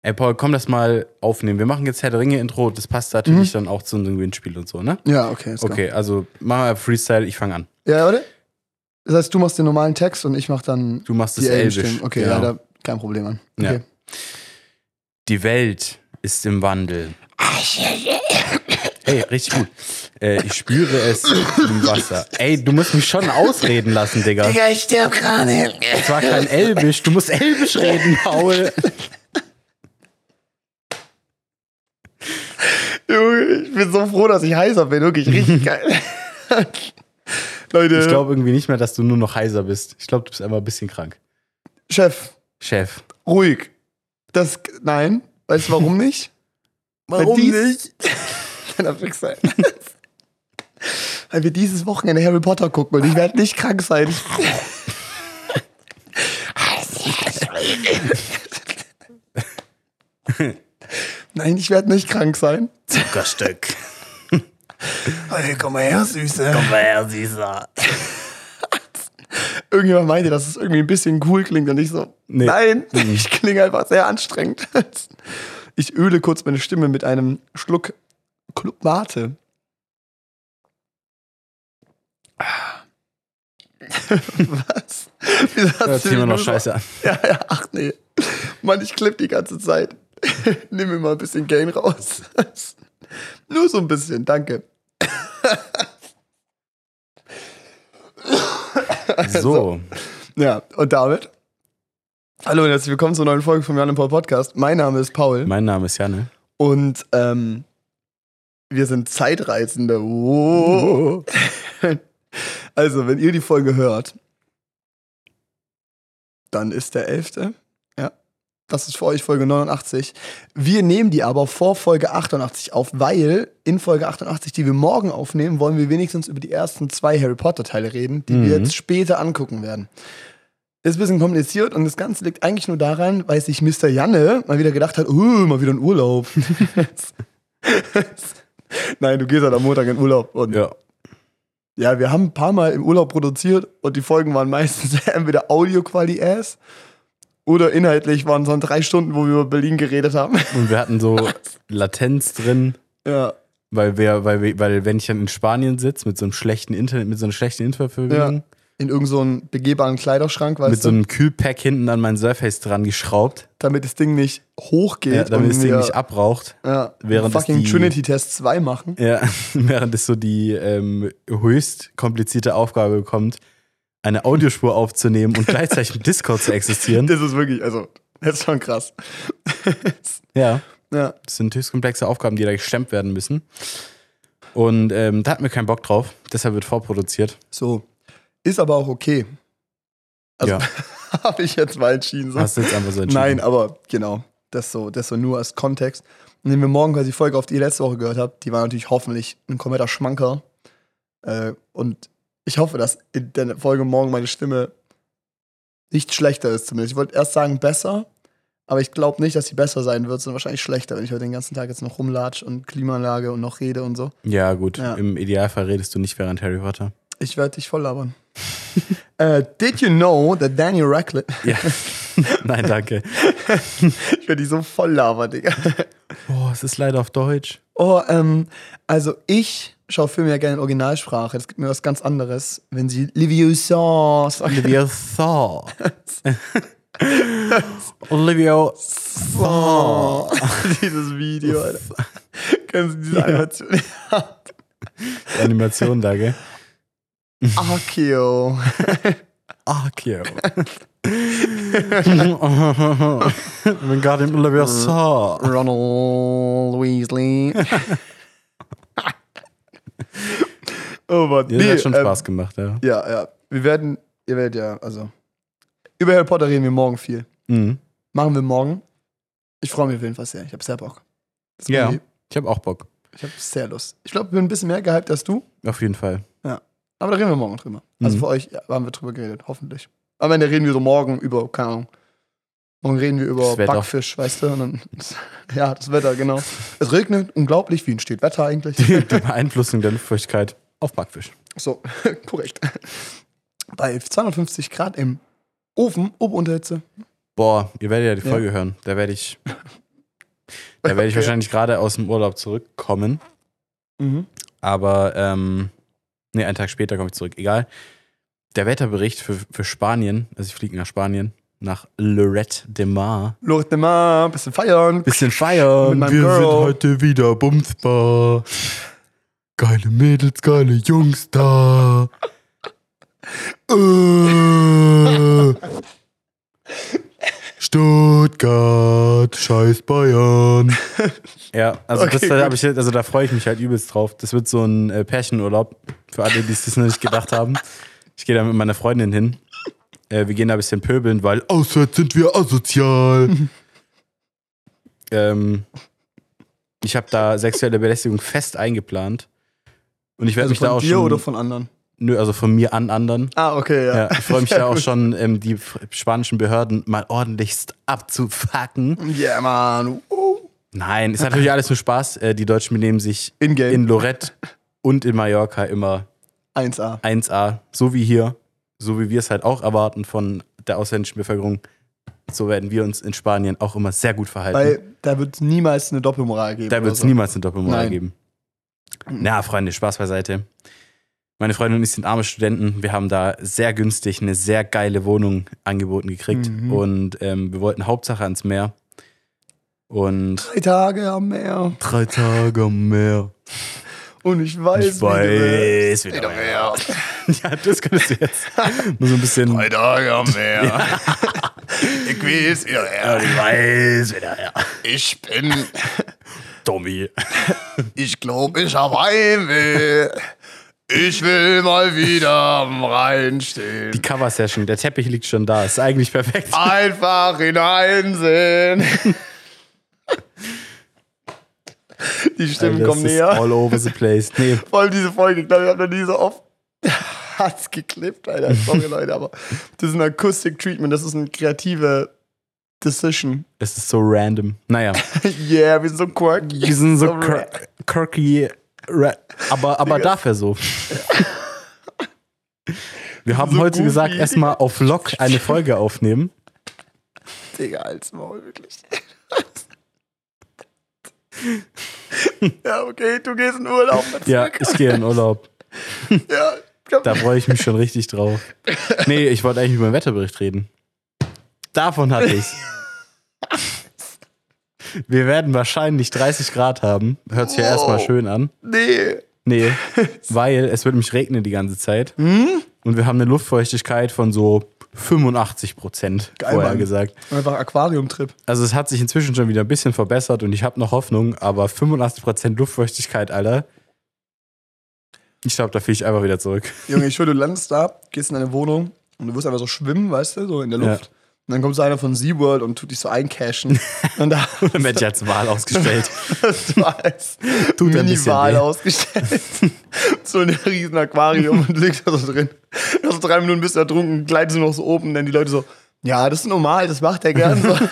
Ey, Paul, komm das mal aufnehmen. Wir machen jetzt Herr der Ringe-Intro. Das passt natürlich dann auch zu unserem Gewinnspiel und so, ne? Ja, okay. Okay, also machen wir Freestyle, ich fange an. Ja, warte. Das heißt, du machst den normalen Text und ich mach dann Du machst die das Elbisch. Okay, genau. ja, da kein Problem an. Okay. Ja. Die Welt ist im Wandel. Ey, richtig gut. Ich spüre es im Wasser. Ey, du musst mich schon ausreden lassen, Digga. Digga, ich sterb gerade. Das war kein Elbisch. Du musst Elbisch reden, Paul. Junge, ich bin so froh, dass ich heiser bin. Wirklich richtig geil. Leute. Ich glaube irgendwie nicht mehr, dass du nur noch heiser bist. Ich glaube, du bist einfach ein bisschen krank. Chef, ruhig. Nein. Weißt du, warum nicht? Warum nicht? Weil wir dieses Wochenende Harry Potter gucken und ich werde nicht krank sein. Nein, ich werde nicht krank sein. Zuckerstück. Hey, komm mal her, Süße. Komm mal her, Süßer. Irgendjemand meinte, dass es irgendwie ein bisschen cool klingt und ich so, Nee. Nein, ich klinge einfach sehr anstrengend. Ich öle kurz meine Stimme mit einem Schluck Mate. Was? Wieso hast Das ziehen wir noch scheiße an. Ja, ach nee. Mann, ich klipp die ganze Zeit. Nimm mir mal ein bisschen Gain raus. Nur so ein bisschen, danke. So. Ja, und damit? Hallo und herzlich willkommen zur neuen Folge vom Jan und Paul Podcast. Mein Name ist Paul. Mein Name ist Janne. Und wir sind Zeitreisende. Oh. Also, wenn ihr die Folge hört, dann ist der 11. Ja, das ist für euch Folge 89. Wir nehmen die aber vor Folge 88 auf, weil in Folge 88, die wir morgen aufnehmen, wollen wir wenigstens über die ersten 2 Harry Potter Teile reden, die wir jetzt später angucken werden. Ist ein bisschen kompliziert und das Ganze liegt eigentlich nur daran, weil sich Mr. Janne mal wieder gedacht hat, mal wieder in Urlaub. Nein, du gehst halt am Montag in Urlaub. Und ja, wir haben ein paar Mal im Urlaub produziert und die Folgen waren meistens entweder Audio-Quali-Ass oder inhaltlich waren es dann 3 Stunden, wo wir über Berlin geredet haben. Und wir hatten so Latenz drin. Ja. Weil wenn ich dann in Spanien sitze mit so einem schlechten Internet, mit so einer schlechten Internetverbindung, Ja. In irgend so einen begehbaren Kleiderschrank, weißt du? mit so einem Kühlpack hinten an mein Surface dran geschraubt, damit das Ding nicht hochgeht. damit das Ding nicht abraucht. Ja, während fucking es Trinity-Test 2 machen. Ja, während es so die höchst komplizierte Aufgabe bekommt, eine Audiospur aufzunehmen und gleichzeitig mit Discord zu existieren. Das ist wirklich, also, das ist schon krass. Ja. Ja. Das sind höchst komplexe Aufgaben, die da gestemmt werden müssen. Und da hatten wir keinen Bock drauf, deshalb wird vorproduziert. So. Ist aber auch okay. Also, habe ich jetzt mal entschieden. So. Hast du jetzt einfach so entschieden? Nein, aber genau. Das so nur als Kontext. Und wenn wir morgen quasi die Folge, auf die ihr letzte Woche gehört habt, die war natürlich hoffentlich ein kompletter Schmankerl. Und ich hoffe, dass in der Folge morgen meine Stimme nicht schlechter ist zumindest. Ich wollte erst sagen besser, aber ich glaube nicht, dass sie besser sein wird, sondern wahrscheinlich schlechter, wenn ich heute den ganzen Tag jetzt noch rumlatsch und Klimaanlage und noch rede und so. Ja, gut. Ja. Im Idealfall redest du nicht während Harry Potter. Ich werde dich voll labern. Did you know that Daniel Radcliffe... Ja. Nein, danke. Ich werde dich so voll labern, Digga. Oh, es ist leider auf Deutsch. Oh, also ich schaue Filme ja gerne in Originalsprache. Das gibt mir was ganz anderes, wenn sie Leviosa sagen. Leviosa. Leviosa. Dieses Video, Alter. Können Sie diese Animation? Die Animation da, gell? Akio. Akio. Wir gerade im Leviosa. Ronald Weasley. Oh Mann. Das hat schon Spaß gemacht, ja. Ja. Ihr werdet ja, also über Harry Potter reden wir morgen viel. Mhm. Machen wir morgen. Ich freue mich auf jeden Fall sehr. Ich habe sehr Bock. Ja, ich habe auch Bock. Ich habe sehr Lust. Ich glaube, ich bin ein bisschen mehr gehypt als du. Auf jeden Fall. Ja. Aber da reden wir morgen drüber. Also für euch haben wir drüber geredet, hoffentlich. Am Ende reden wir so morgen über, keine Ahnung. Morgen reden wir über Backfisch, weißt du? Und dann, ja, das Wetter, genau. Es regnet unglaublich. Wie entsteht Wetter eigentlich? Die Beeinflussung der Luftfeuchtigkeit auf Backfisch. So, korrekt. Bei 250 Grad im Ofen, Ober-Unterhitze. Boah, ihr werdet ja die Folge hören. Da werde ich Da werde ich wahrscheinlich gerade aus dem Urlaub zurückkommen. Mhm. Aber, einen Tag später komme ich zurück. Egal. Der Wetterbericht für Spanien, also ich fliege nach Spanien, nach Lloret de Mar. Lloret de Mar, bisschen feiern. Bisschen feiern. Mit meinem Wir Girl. sind heute wieder bumsbar. Geile Mädels, geile Jungs da. Stuttgart, scheiß Bayern. Ja, also, Okay, da freue ich mich halt übelst drauf. Das wird so ein Pärchenurlaub, für alle, die es das noch nicht gedacht haben. Ich gehe da mit meiner Freundin hin. Wir gehen da ein bisschen pöbeln, weil auswärts sind wir asozial. Ich habe da sexuelle Belästigung fest eingeplant. Und ich werde mich da auch von dir schon. oder von anderen? Nö, also von mir an anderen. Ah, okay, ja. Ja, ich freue mich da auch schon, die spanischen Behörden mal ordentlichst abzufucken. Yeah, man. Nein, ist natürlich alles nur Spaß. Die Deutschen benehmen sich In-game. in Lloret und in Mallorca immer 1A. 1A, so wie hier, so wie wir es halt auch erwarten von der ausländischen Bevölkerung. So werden wir uns in Spanien auch immer sehr gut verhalten. Weil da wird es niemals eine Doppelmoral geben. Da wird es oder so. niemals eine Doppelmoral Nein. geben. Na, Freunde, Spaß beiseite. Meine Freundin und ich sind arme Studenten. Wir haben da sehr günstig eine sehr geile Wohnung angeboten gekriegt. Mhm. Und wir wollten Hauptsache ans Meer. Und 3 Tage am Meer. 3 Tage am Meer. Und ich weiß, wie wieder Meer. Ja, das könntest du jetzt. Nur so ein bisschen. 3 Tage am Meer. Ja. Ich weiß, wieder Ja, ich weiß wieder, ja. Ich bin. Tommy. Ich glaube, ich hab Heimweh. Ich will mal wieder am Rhein stehen. Die Cover-Session, der Teppich liegt schon da. Ist eigentlich perfekt. Einfach hineinsehen. Die Stimmen Alter, kommen das ist näher. all over the place. Nee, Vor allem diese Folge, ich glaube, ich habe noch nie so oft hat's geklippt, Alter. Sorry, Leute, aber das ist ein Acoustic-Treatment, das ist eine kreative Decision. es ist so random. Naja, Yeah, wir sind so quirky. wir sind so ra- quirky, aber dafür so. Wir haben So heute goofy. gesagt, erstmal auf Lock eine Folge aufnehmen. Digga, als Maul, wirklich. Ja, okay, du gehst in Urlaub. Ja, ich gehe in Urlaub. Ja, komm. Da freue ich mich schon richtig drauf. Nee, ich wollte eigentlich über den Wetterbericht reden. Davon hatte ich's. Wir werden wahrscheinlich 30 Grad haben. Hört sich ja erstmal schön an. Nee. Nee, weil es wird nämlich regnen die ganze Zeit. Und wir haben eine Luftfeuchtigkeit von so 85% Geil, vorher Mann. gesagt. Einfach Aquarium-Trip. Also es hat sich inzwischen schon wieder ein bisschen verbessert und ich habe noch Hoffnung, aber 85% Luftfeuchtigkeit, Alter. Ich glaube, da fliege ich einfach wieder zurück. Junge, ich schwöre, du landest da, gehst in deine Wohnung und du wirst einfach so schwimmen, weißt du, so in der Luft. Ja. Und dann kommt so einer von SeaWorld und tut dich so eincashen. Und da Dann werde ich als Wal ausgestellt. hast du als Tut ein bisschen Mini-Wal weh. ausgestellt. So ein riesen Aquarium und du liegst da so drin. Nach so 3 Minuten bist du ertrunken, gleitest du noch so oben und dann die Leute so, ja, das ist normal, das macht er gern. So.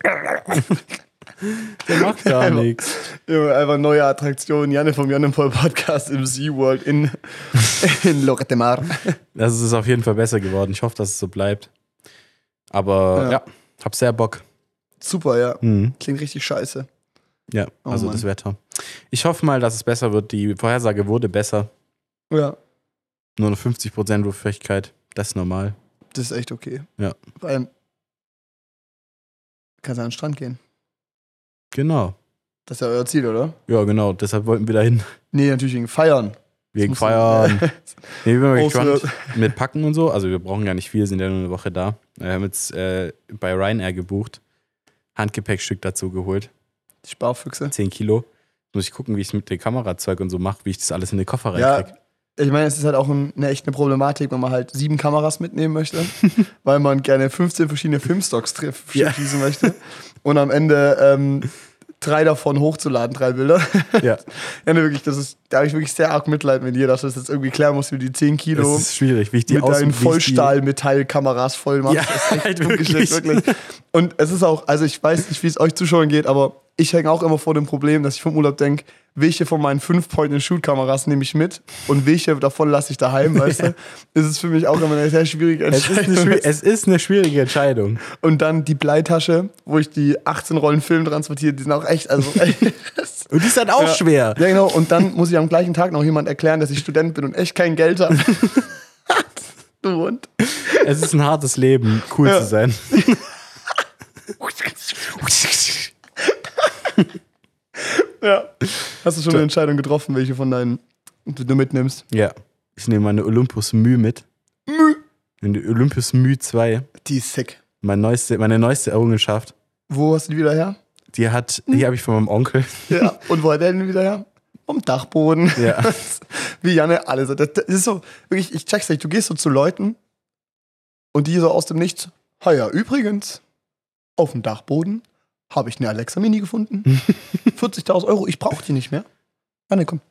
Der macht gar nichts. Junge, einfach neue Attraktion. Janne vom Jannenvoll Podcast im SeaWorld in Lloret de Mar. Das ist auf jeden Fall besser geworden. Ich hoffe, dass es so bleibt. Aber ja, hab sehr Bock. Super, ja. Mhm. Klingt richtig scheiße. Ja, Oh also Mann. das Wetter. Ich hoffe mal, dass es besser wird. Die Vorhersage wurde besser. Ja, Nur eine 50% Luftfeuchtigkeit. Das ist normal. das ist echt okay. Ja. Vor allem kannst du an den Strand gehen. Genau. Das ist ja euer Ziel, oder? Ja, genau. Deshalb wollten wir dahin. Nee, natürlich wegen Feiern. Wegen Das muss- Feiern. Nee, wir sind mal Auswärts. gespannt mit Packen und so. Also wir brauchen gar nicht viel, sind ja nur eine Woche da. Wir haben jetzt bei Ryanair gebucht. Handgepäckstück dazu geholt. Die Sparfüchse. 10 Kilo. Muss ich gucken, wie ich es mit dem Kamerazeug und so mache, wie ich das alles in den Koffer Ja, reinkriege. ich meine, es ist halt auch echt eine Problematik, wenn man halt 7 Kameras mitnehmen möchte, weil man gerne 15 verschiedene Filmstocks Ja. schießen möchte. Und am Ende 3 davon hochzuladen, 3 Bilder. Ja, Ja, ne, wirklich, da habe ich wirklich sehr arg Mitleid mit dir, dass du das jetzt irgendwie klären musst, wie du die 10 Kilo das ist schwierig, wie ich die mit deinen wie ich die- Vollstahl-Metall-Kameras voll machst. Ja, Das ist echt halt ungeschickt, wirklich. wirklich. Und es ist auch, also ich weiß nicht, wie es euch Zuschauern geht, aber ich hänge auch immer vor dem Problem, dass ich vom Urlaub denke, welche von meinen 5-Point-and-Shoot-Kameras nehme ich mit und welche davon lasse ich daheim, weißt du? Das ist für mich auch immer eine sehr schwierige Entscheidung. Es ist eine schwierige Entscheidung. Und dann die Bleitasche, wo ich die 18 Rollen Film transportiere, die sind auch echt, also Und die ist dann auch schwer. Ja, genau. Und dann muss ich am gleichen Tag noch jemand erklären, dass ich Student bin und echt kein Geld habe. Du Hund. Es ist ein hartes Leben, cool zu sein. Ja. Hast du schon eine Entscheidung getroffen, welche von deinen du mitnimmst? Ja. Ich nehme meine Olympus Mü mit. Die Olympus Mü 2. Die ist sick. Meine neueste Errungenschaft. Wo hast du die wieder her? Die habe ich von meinem Onkel. Ja. Und wo hat der denn wieder her? Vom Dachboden. Ja. Wie Janne alles. Das ist so, wirklich, ich check's nicht. Du gehst so zu Leuten und die so aus dem Nichts. Ja, übrigens, auf dem Dachboden habe ich eine Alexa Mini gefunden. 40.000 Euro, ich brauche die nicht mehr. Janne, komm.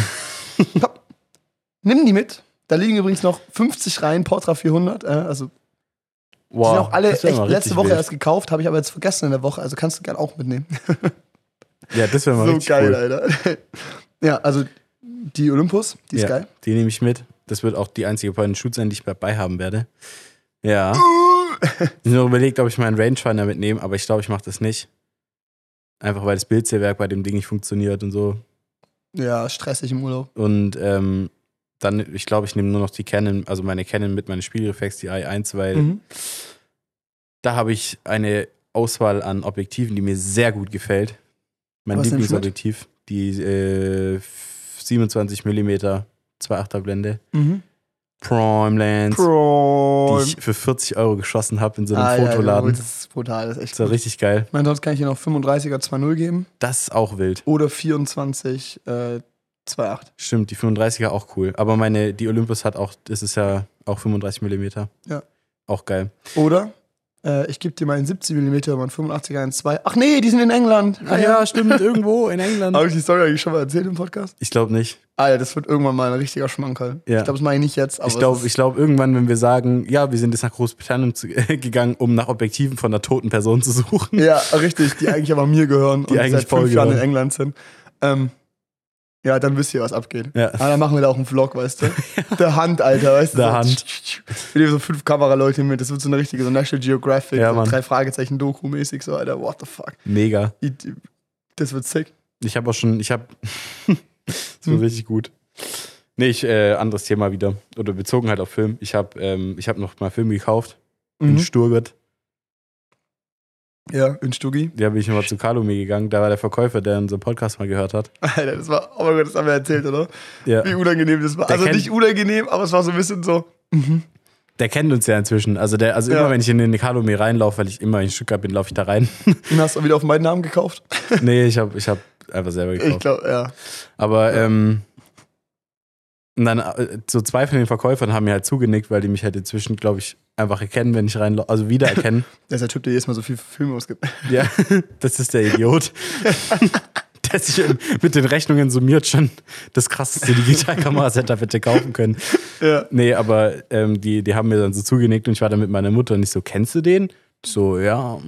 Nimm die mit. Da liegen übrigens noch 50 Reihen Portra 400. Also die sind auch alle echt letzte Woche erst gekauft, habe ich aber jetzt vergessen in der Woche. Also kannst du gerne auch mitnehmen. Ja, das wäre mal so richtig geil, cool. Alter. Ja, also die Olympus, die ist geil. Die nehme ich mit. Das wird auch die einzige Point-and-Shoot sein, die ich dabei haben werde. Ja. Ich habe nur überlegt, ob ich meinen Rangefinder mitnehme, aber ich glaube, ich mache das nicht. Einfach weil das Bildsährwerk bei dem Ding nicht funktioniert und so. Ja, stressig im Urlaub. Und dann, ich glaube, ich nehme nur noch die Canon, also meine Canon mit, meine Spiegelreflex, die i1, weil da habe ich eine Auswahl an Objektiven, die mir sehr gut gefällt. Mein Lieblingsobjektiv, die 27 mm 2.8er Blende. Prime Lens, die ich für 40 Euro geschossen habe in so einem Fotoladen. Ja, das ist brutal, das ist echt Das war richtig geil. Ich meine, sonst kann ich dir noch 35er 2.0 geben. Das ist auch wild. Oder 24 2.8. Stimmt, die 35er auch cool. Aber die Olympus hat auch, das ist ja auch 35 mm. Ja. Auch geil. Oder ich gebe dir meinen 70 mm und meinen 85er 1.2. Ach nee, die sind in England. Ah ja, stimmt, irgendwo in England. Habe ich die Story eigentlich schon mal erzählt im Podcast? Ich glaube nicht. Ah ja, das wird irgendwann mal ein richtiger Schmankerl. Ja. Ich glaube, das mache ich nicht jetzt. Aber ich glaube irgendwann, wenn wir sagen, ja, wir sind jetzt nach Großbritannien gegangen, um nach Objektiven von einer toten Person zu suchen. Ja, richtig, die eigentlich aber mir gehören die und eigentlich seit 5 Jahren in England sind. Ja, dann wisst ihr, was abgeht. Ja. Aber dann machen wir da auch einen Vlog, weißt du? Der Hand, Alter, weißt du? Der Hand. Wir nehmen so 5 Kameraleute mit. Das wird so eine richtige, so National Geographic, ja, so 3 Fragezeichen Doku-mäßig, so, Alter, what the fuck. Mega. Das wird sick. Das wird richtig gut. Nee, anderes Thema wieder. Oder bezogen halt auf Film. Ich hab noch mal Film gekauft. In Stuttgart. Ja, in Stuggi. Da bin ich nochmal zu Kalumi gegangen. Da war der Verkäufer, der unseren Podcast mal gehört hat. Alter, das war, oh mein Gott, das haben wir erzählt, oder? Ja. Wie unangenehm das war. Also nicht unangenehm, aber es war so ein bisschen so. Der kennt uns ja inzwischen. Also immer, wenn ich in den Kalumi reinlaufe, weil ich immer in Stuttgart bin, laufe ich da rein. Und hast du wieder auf meinen Namen gekauft? Nee, ich hab einfach selber gekauft. Ich glaube, ja. Aber und dann so 2 von den Verkäufern haben mir halt zugenickt, weil die mich halt inzwischen, glaube ich, einfach erkennen, wenn ich reinlaufe, also wiedererkennen. Das ist der Typ, der jedes Mal so viel Filme ausgibt. Ja, das ist der Idiot. Der sich mit den Rechnungen summiert schon das krasseste Digitalkamera-Setup hätte kaufen können. Ja. Nee, aber die haben mir dann so zugenickt und ich war dann mit meiner Mutter und ich so, kennst du den? So, ja.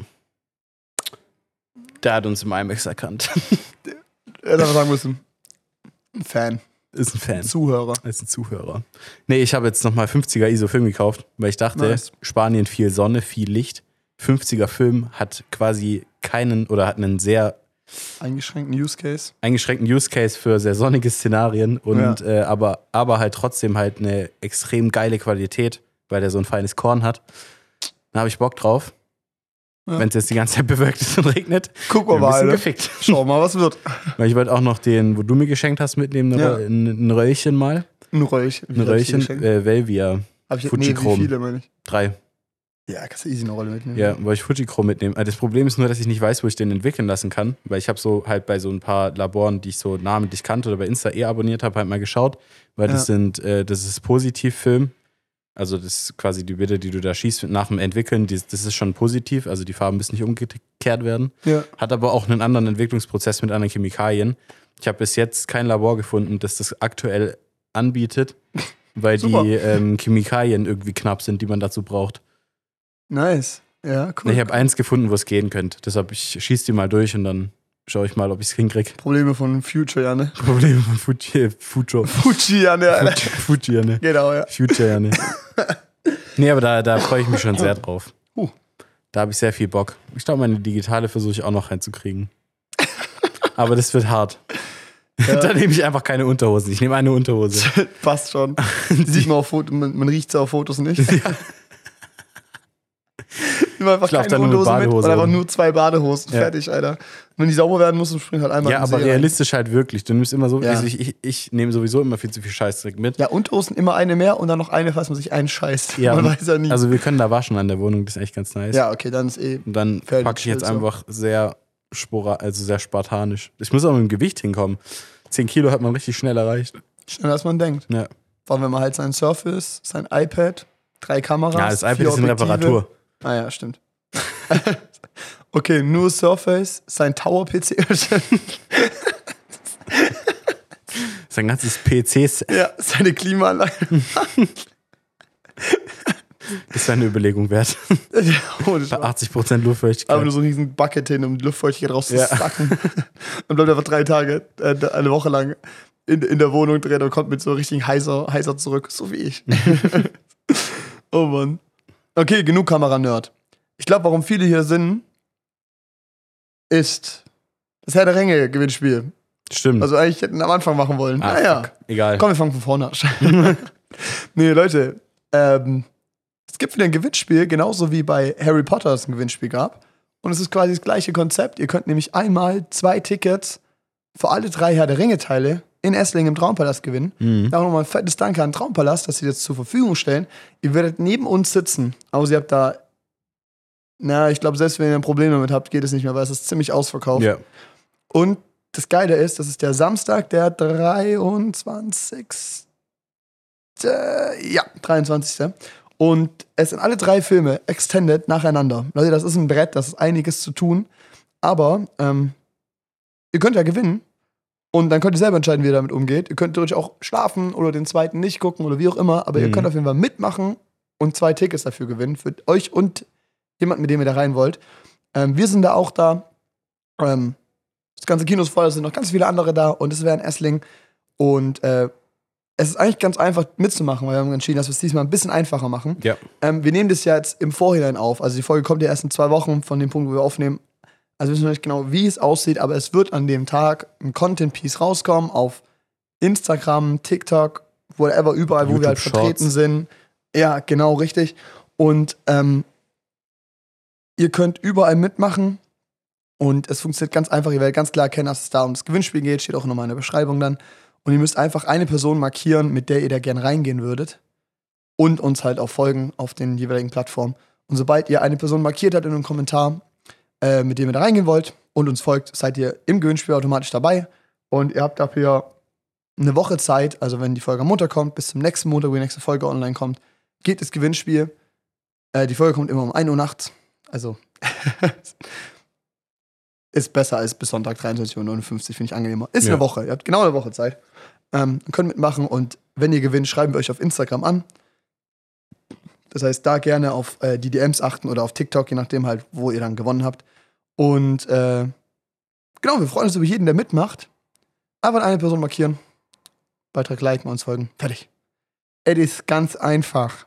Der hat uns im IMAX erkannt. Er hätte aber sagen müssen, ein Fan. Ist ein Fan. Zuhörer. Ist ein Zuhörer. Nee, ich habe jetzt nochmal 50er ISO-Film gekauft, weil ich dachte, Spanien viel Sonne, viel Licht. 50er Film hat quasi hat einen sehr eingeschränkten Use Case für sehr sonnige Szenarien und aber halt trotzdem halt eine extrem geile Qualität, weil der so ein feines Korn hat. Da habe ich Bock drauf. Ja. Wenn es jetzt die ganze Zeit bewölkt ist und regnet. Guck mal, ein bisschen gefickt. Schau mal, was wird. Weil ich wollte auch noch den, wo du mir geschenkt hast, mitnehmen, ein Röllchen mal. Ein Röllchen? Velvia. Fujichrom. Wie viele, meine ich? 3. Ja, kannst du easy eine Rolle mitnehmen. Ja, wollte ich Fujichrom mitnehmen. Das Problem ist nur, dass ich nicht weiß, wo ich den entwickeln lassen kann, weil ich habe so halt bei so ein paar Laboren, die ich so namentlich kannte oder bei Insta abonniert habe, halt mal geschaut, weil das ist Positivfilm. Also das ist quasi die Bilder, die du da schießt nach dem Entwickeln, das ist schon positiv, also die Farben müssen nicht umgekehrt werden. Ja. Hat aber auch einen anderen Entwicklungsprozess mit anderen Chemikalien. Ich habe bis jetzt kein Labor gefunden, das das aktuell anbietet, weil die Chemikalien irgendwie knapp sind, die man dazu braucht. Nice. Ja, cool. Ich habe eins gefunden, wo es gehen könnte. Deshalb, ich schieße die mal durch und dann schaue ich mal, ob ich es hinkriege. Probleme von Future, ja, ne? Probleme von Future. Fuji, ja, ne? Alter. Fuji, ja, ne? Genau, ja. Future, ja, ne? Nee, aber da freue ich mich schon sehr drauf. Da habe ich sehr viel Bock. Ich glaube, meine digitale versuche ich auch noch reinzukriegen. Aber das wird hart. Ja. Da nehme ich einfach keine Unterhosen. Ich nehme eine Unterhose. Passt schon. Die sieht man auf Fotos, man riecht sie auf Fotos nicht. Ja. Nimm einfach keine Unterhose mit oder einfach nur 2 Badehosen. Ja. Fertig, Alter. Wenn die sauber werden müssen, springt halt einmal. Ja, aber realistisch halt wirklich. Du nimmst immer so, also ich nehme sowieso immer viel zu viel Scheißdreck mit. Ja, Unterhosen immer eine mehr und dann noch eine, falls man sich einscheißt. Ja, man weiß ja nie. Also wir können da waschen an der Wohnung, das ist echt ganz nice. Ja, okay, dann ist Und dann packe ich jetzt einfach sehr spartanisch. Ich muss auch mit dem Gewicht hinkommen. 10 Kilo hat man richtig schnell erreicht. Schneller als man denkt. Ja. Vor allem, wenn man halt sein Surface, sein iPad, 3 Kameras. Ja, das iPad ist in Reparatur. Ah ja, stimmt. Okay, nur Surface, sein Tower-PC. Sein ganzes PCs. Ja, seine Klimaanlage. Das ist eine Überlegung wert. Ja, bei 80% Luftfeuchtigkeit. Aber nur so einen riesen Bucket hin, um die Luftfeuchtigkeit rauszusacken. Und bleibt einfach 3 Tage, eine Woche lang in der Wohnung drin und kommt mit so richtig heißer zurück. So wie ich. Oh Mann. Okay, genug Kamera-Nerd. Ich glaube, warum viele hier sind, ist das Herr der Ringe-Gewinnspiel. Stimmt. Also eigentlich hätten wir am Anfang machen wollen. Naja. Egal. Komm, wir fangen von vorne an. Nee, Leute. Es gibt wieder ein Gewinnspiel, genauso wie bei Harry Potter es ein Gewinnspiel gab. Und es ist quasi das gleiche Konzept. Ihr könnt nämlich einmal 2 Tickets für alle 3 Herr der Ringe-Teile in Esslingen im Traumpalast gewinnen. Da auch nochmal ein fettes Danke an den Traumpalast, dass sie das zur Verfügung stellen. Ihr werdet neben uns sitzen, aber ihr habt da, ich glaube, selbst wenn ihr ein Problem damit habt, geht es nicht mehr, weil es ist ziemlich ausverkauft. Ja. Und das Geile ist, das ist der Samstag, der 23. Ja, 23. Und es sind alle 3 Filme extended nacheinander. Leute, das ist ein Brett, das ist einiges zu tun. Aber ihr könnt ja gewinnen. Und dann könnt ihr selber entscheiden, wie ihr damit umgeht. Ihr könnt natürlich auch schlafen oder den zweiten nicht gucken oder wie auch immer. Aber ihr könnt auf jeden Fall mitmachen und 2 Tickets dafür gewinnen. Für euch und jemanden, mit dem ihr da rein wollt. Wir sind da auch da. Das ganze Kino ist voll, es sind noch ganz viele andere da. Und es wäre in Esslingen. Und es ist eigentlich ganz einfach mitzumachen, weil wir haben entschieden, dass wir es diesmal ein bisschen einfacher machen. Ja. Wir nehmen das ja jetzt im Vorhinein auf. Also die Folge kommt ja erst in 2 Wochen von dem Punkt, wo wir aufnehmen. Also wissen wir nicht genau, wie es aussieht, aber es wird an dem Tag ein Content-Piece rauskommen auf Instagram, TikTok, whatever, überall, YouTube, wo wir halt vertreten sind. Ja, genau, richtig. Und ihr könnt überall mitmachen und es funktioniert ganz einfach. Ihr werdet ganz klar erkennen, dass es da um das Gewinnspiel geht, steht auch nochmal in der Beschreibung dann. Und ihr müsst einfach eine Person markieren, mit der ihr da gern reingehen würdet und uns halt auch folgen auf den jeweiligen Plattformen. Und sobald ihr eine Person markiert habt in einem Kommentar, mit dem ihr da reingehen wollt und uns folgt, seid ihr im Gewinnspiel automatisch dabei. Und ihr habt dafür eine Woche Zeit, also wenn die Folge am Montag kommt, bis zum nächsten Montag, wo die nächste Folge online kommt, geht das Gewinnspiel. Die Folge kommt immer um 1 Uhr nachts. Also ist besser als bis Sonntag 23:59 Uhr, finde ich angenehmer. Ist eine Woche, ihr habt genau eine Woche Zeit. Könnt mitmachen und wenn ihr gewinnt, schreiben wir euch auf Instagram an. Das heißt, da gerne auf die DMs achten oder auf TikTok, je nachdem halt, wo ihr dann gewonnen habt. Und genau, wir freuen uns über jeden, der mitmacht. Einfach eine Person markieren, Beitrag liken, uns folgen. Fertig. Es ist ganz einfach.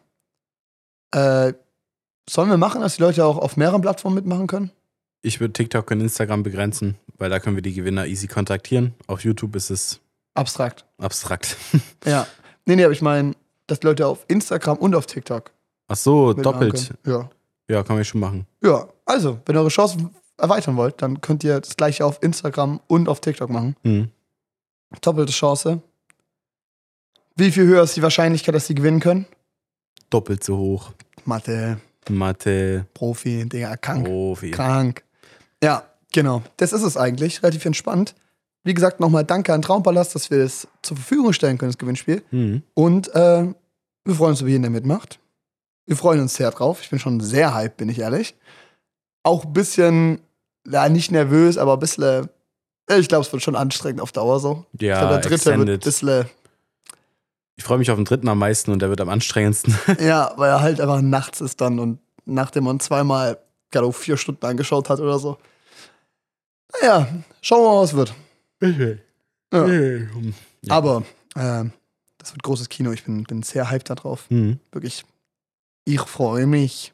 Sollen wir machen, dass die Leute auch auf mehreren Plattformen mitmachen können? Ich würde TikTok und Instagram begrenzen, weil da können wir die Gewinner easy kontaktieren. Auf YouTube ist es abstrakt. Ja. Nee, aber ich meine, dass die Leute auf Instagram und auf TikTok. Ach so, doppelt. Ja. Ja, kann man schon machen. Ja, also, wenn ihr eure Chancen erweitern wollt, dann könnt ihr das gleiche auf Instagram und auf TikTok machen. Doppelte Chance. Wie viel höher ist die Wahrscheinlichkeit, dass sie gewinnen können? Doppelt so hoch. Mathe. Profi, Digga, krank. Ja, genau. Das ist es eigentlich. Relativ entspannt. Wie gesagt, nochmal danke an Traumpalast, dass wir das zur Verfügung stellen können, das Gewinnspiel. Und wir freuen uns über jeden, der mitmacht. Wir freuen uns sehr drauf. Ich bin schon sehr hyped, bin ich ehrlich. Auch ein bisschen, nicht nervös, aber ein bisschen, ich glaube, es wird schon anstrengend auf Dauer so. Ja, ich glaube, der dritte wird ein bisschen. Ich freue mich auf den dritten am meisten und der wird am anstrengendsten. Ja, weil er halt einfach nachts ist dann und nachdem man zweimal, gerade 4 Stunden angeschaut hat oder so. Naja, schauen wir mal, was wird. Ja. Ja. Aber das wird großes Kino. Ich bin sehr hyped da drauf. Mhm. Wirklich. Ich freue mich.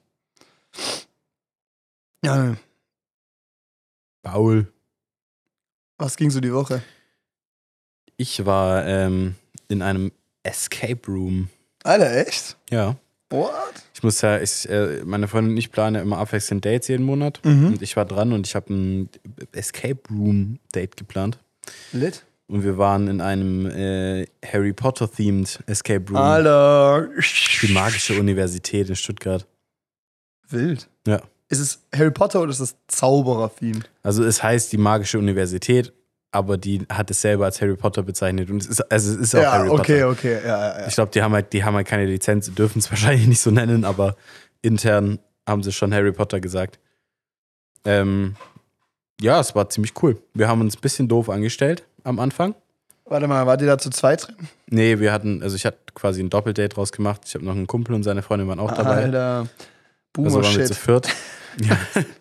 Ja, Paul. was ging so die Woche? Ich war in einem Escape Room. Alter, echt? Ja. What? Ich muss ja, meine Freundin und ich planen immer abwechselnd Dates jeden Monat. Mhm. Und ich war dran und ich habe ein Escape Room Date geplant. Lit? Und wir waren in einem Harry Potter-themed Escape Room. Alter. Die Magische Universität in Stuttgart. Wild. Ja. Ist es Harry Potter oder ist es Zauberer-Theme? Also es heißt die Magische Universität, aber die hat es selber als Harry Potter bezeichnet. Und es ist auch Harry Potter. Okay. Ja. Ich glaube, die haben halt keine Lizenz, dürfen es wahrscheinlich nicht so nennen, aber intern haben sie schon Harry Potter gesagt. Ja, es war ziemlich cool. Wir haben uns ein bisschen doof angestellt am Anfang. Warte mal, wart ihr da zu zweit drin? Nee, ich hatte quasi ein Doppeldate draus gemacht. Ich habe noch einen Kumpel und seine Freundin waren auch dabei. Alter. Also waren wir zu viert. Ja.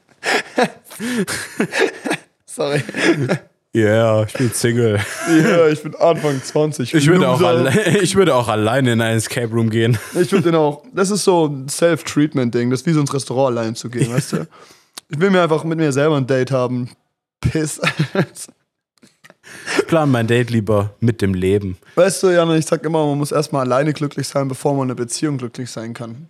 Sorry. Ja, ich bin Single. Ja, ich bin Anfang 20. Ich würde auch alleine in ein Escape Room gehen. Ich würde den auch. Das ist so ein Self-Treatment-Ding. Das ist wie so ins Restaurant allein zu gehen, weißt du? Ich will mir einfach mit mir selber ein Date haben. Piss. Ich plane mein Date lieber mit dem Leben. Weißt du, Jan, ich sag immer, man muss erstmal alleine glücklich sein, bevor man in einer Beziehung glücklich sein kann.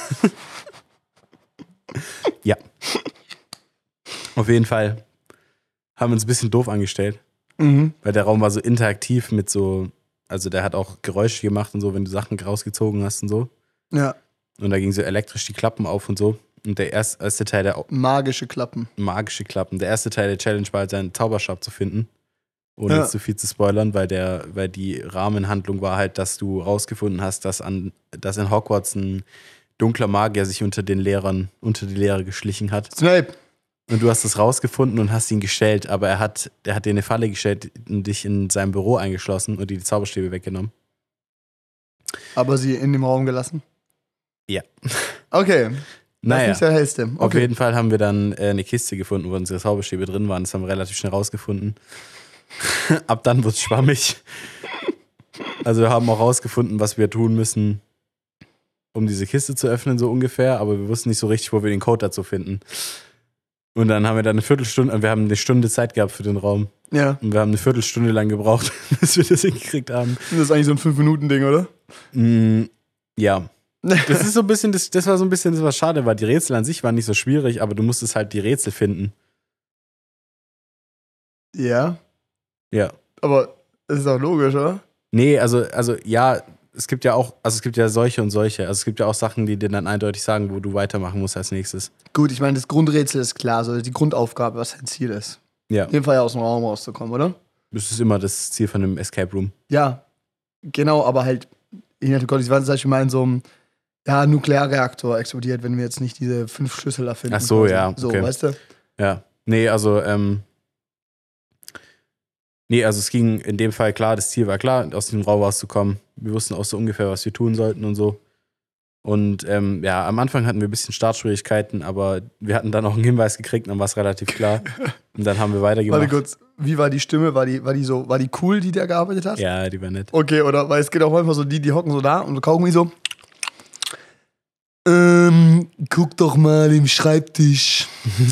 Ja. Auf jeden Fall haben wir uns ein bisschen doof angestellt. Mhm. Weil der Raum war so interaktiv mit so, also der hat auch Geräusche gemacht und so, wenn du Sachen rausgezogen hast und so. Ja. Und da ging so elektrisch die Klappen auf und so. Und der erste Teil Magische Klappen. Der erste Teil der Challenge war halt, seinen Zauberstab zu finden. Ohne jetzt zu viel zu spoilern, weil die Rahmenhandlung war halt, dass du rausgefunden hast, dass in Hogwarts ein dunkler Magier sich unter die Lehrer geschlichen hat. Snape. Und du hast es rausgefunden und hast ihn gestellt, aber er hat dir eine Falle gestellt und dich in seinem Büro eingeschlossen und dir die Zauberstäbe weggenommen. Aber sie in dem Raum gelassen? Ja. Okay. Naja, das ist der hellste. Okay. Auf jeden Fall haben wir dann eine Kiste gefunden, wo unsere Zauberstäbe drin waren. Das haben wir relativ schnell rausgefunden. Ab dann wurde es schwammig. Also wir haben auch rausgefunden, was wir tun müssen, um diese Kiste zu öffnen, so ungefähr. Aber wir wussten nicht so richtig, wo wir den Code dazu finden. Und dann haben wir dann wir haben eine Stunde Zeit gehabt für den Raum. Ja. Und wir haben eine Viertelstunde lang gebraucht, bis wir das hingekriegt haben. Das ist eigentlich so ein 5-Minuten-Ding, oder? Ja. Das ist so ein bisschen, das war so ein bisschen, das war schade, weil die Rätsel an sich waren nicht so schwierig, aber du musstest halt die Rätsel finden. Ja. Ja. Aber das ist auch logisch, oder? Nee, also ja, es gibt ja solche und solche. Also es gibt ja auch Sachen, die dir dann eindeutig sagen, wo du weitermachen musst als nächstes. Gut, ich meine, das Grundrätsel ist klar, so die Grundaufgabe, was dein Ziel ist. Ja. Auf jeden Fall aus dem Raum rauszukommen, oder? Das ist immer das Ziel von einem Escape Room. Ja, genau, aber halt, ich weiß zum Beispiel mal in so einem Nuklearreaktor explodiert, wenn wir jetzt nicht diese 5 Schlüssel erfinden. Ach so, quasi. ja. So, okay. weißt du? Ja. Nee, also es ging in dem Fall klar, das Ziel war klar, aus dem Raum rauszukommen. Wir wussten auch so ungefähr, was wir tun sollten und so. Und am Anfang hatten wir ein bisschen Startschwierigkeiten, aber wir hatten dann auch einen Hinweis gekriegt und dann war es relativ klar. Und dann haben wir weitergemacht. Warte kurz, wie war die Stimme? War die cool, die da gearbeitet hat? Ja, die war nett. Okay, oder? Weil es geht auch manchmal so, die hocken so da und Kaugummi so. Guck doch mal im Schreibtisch.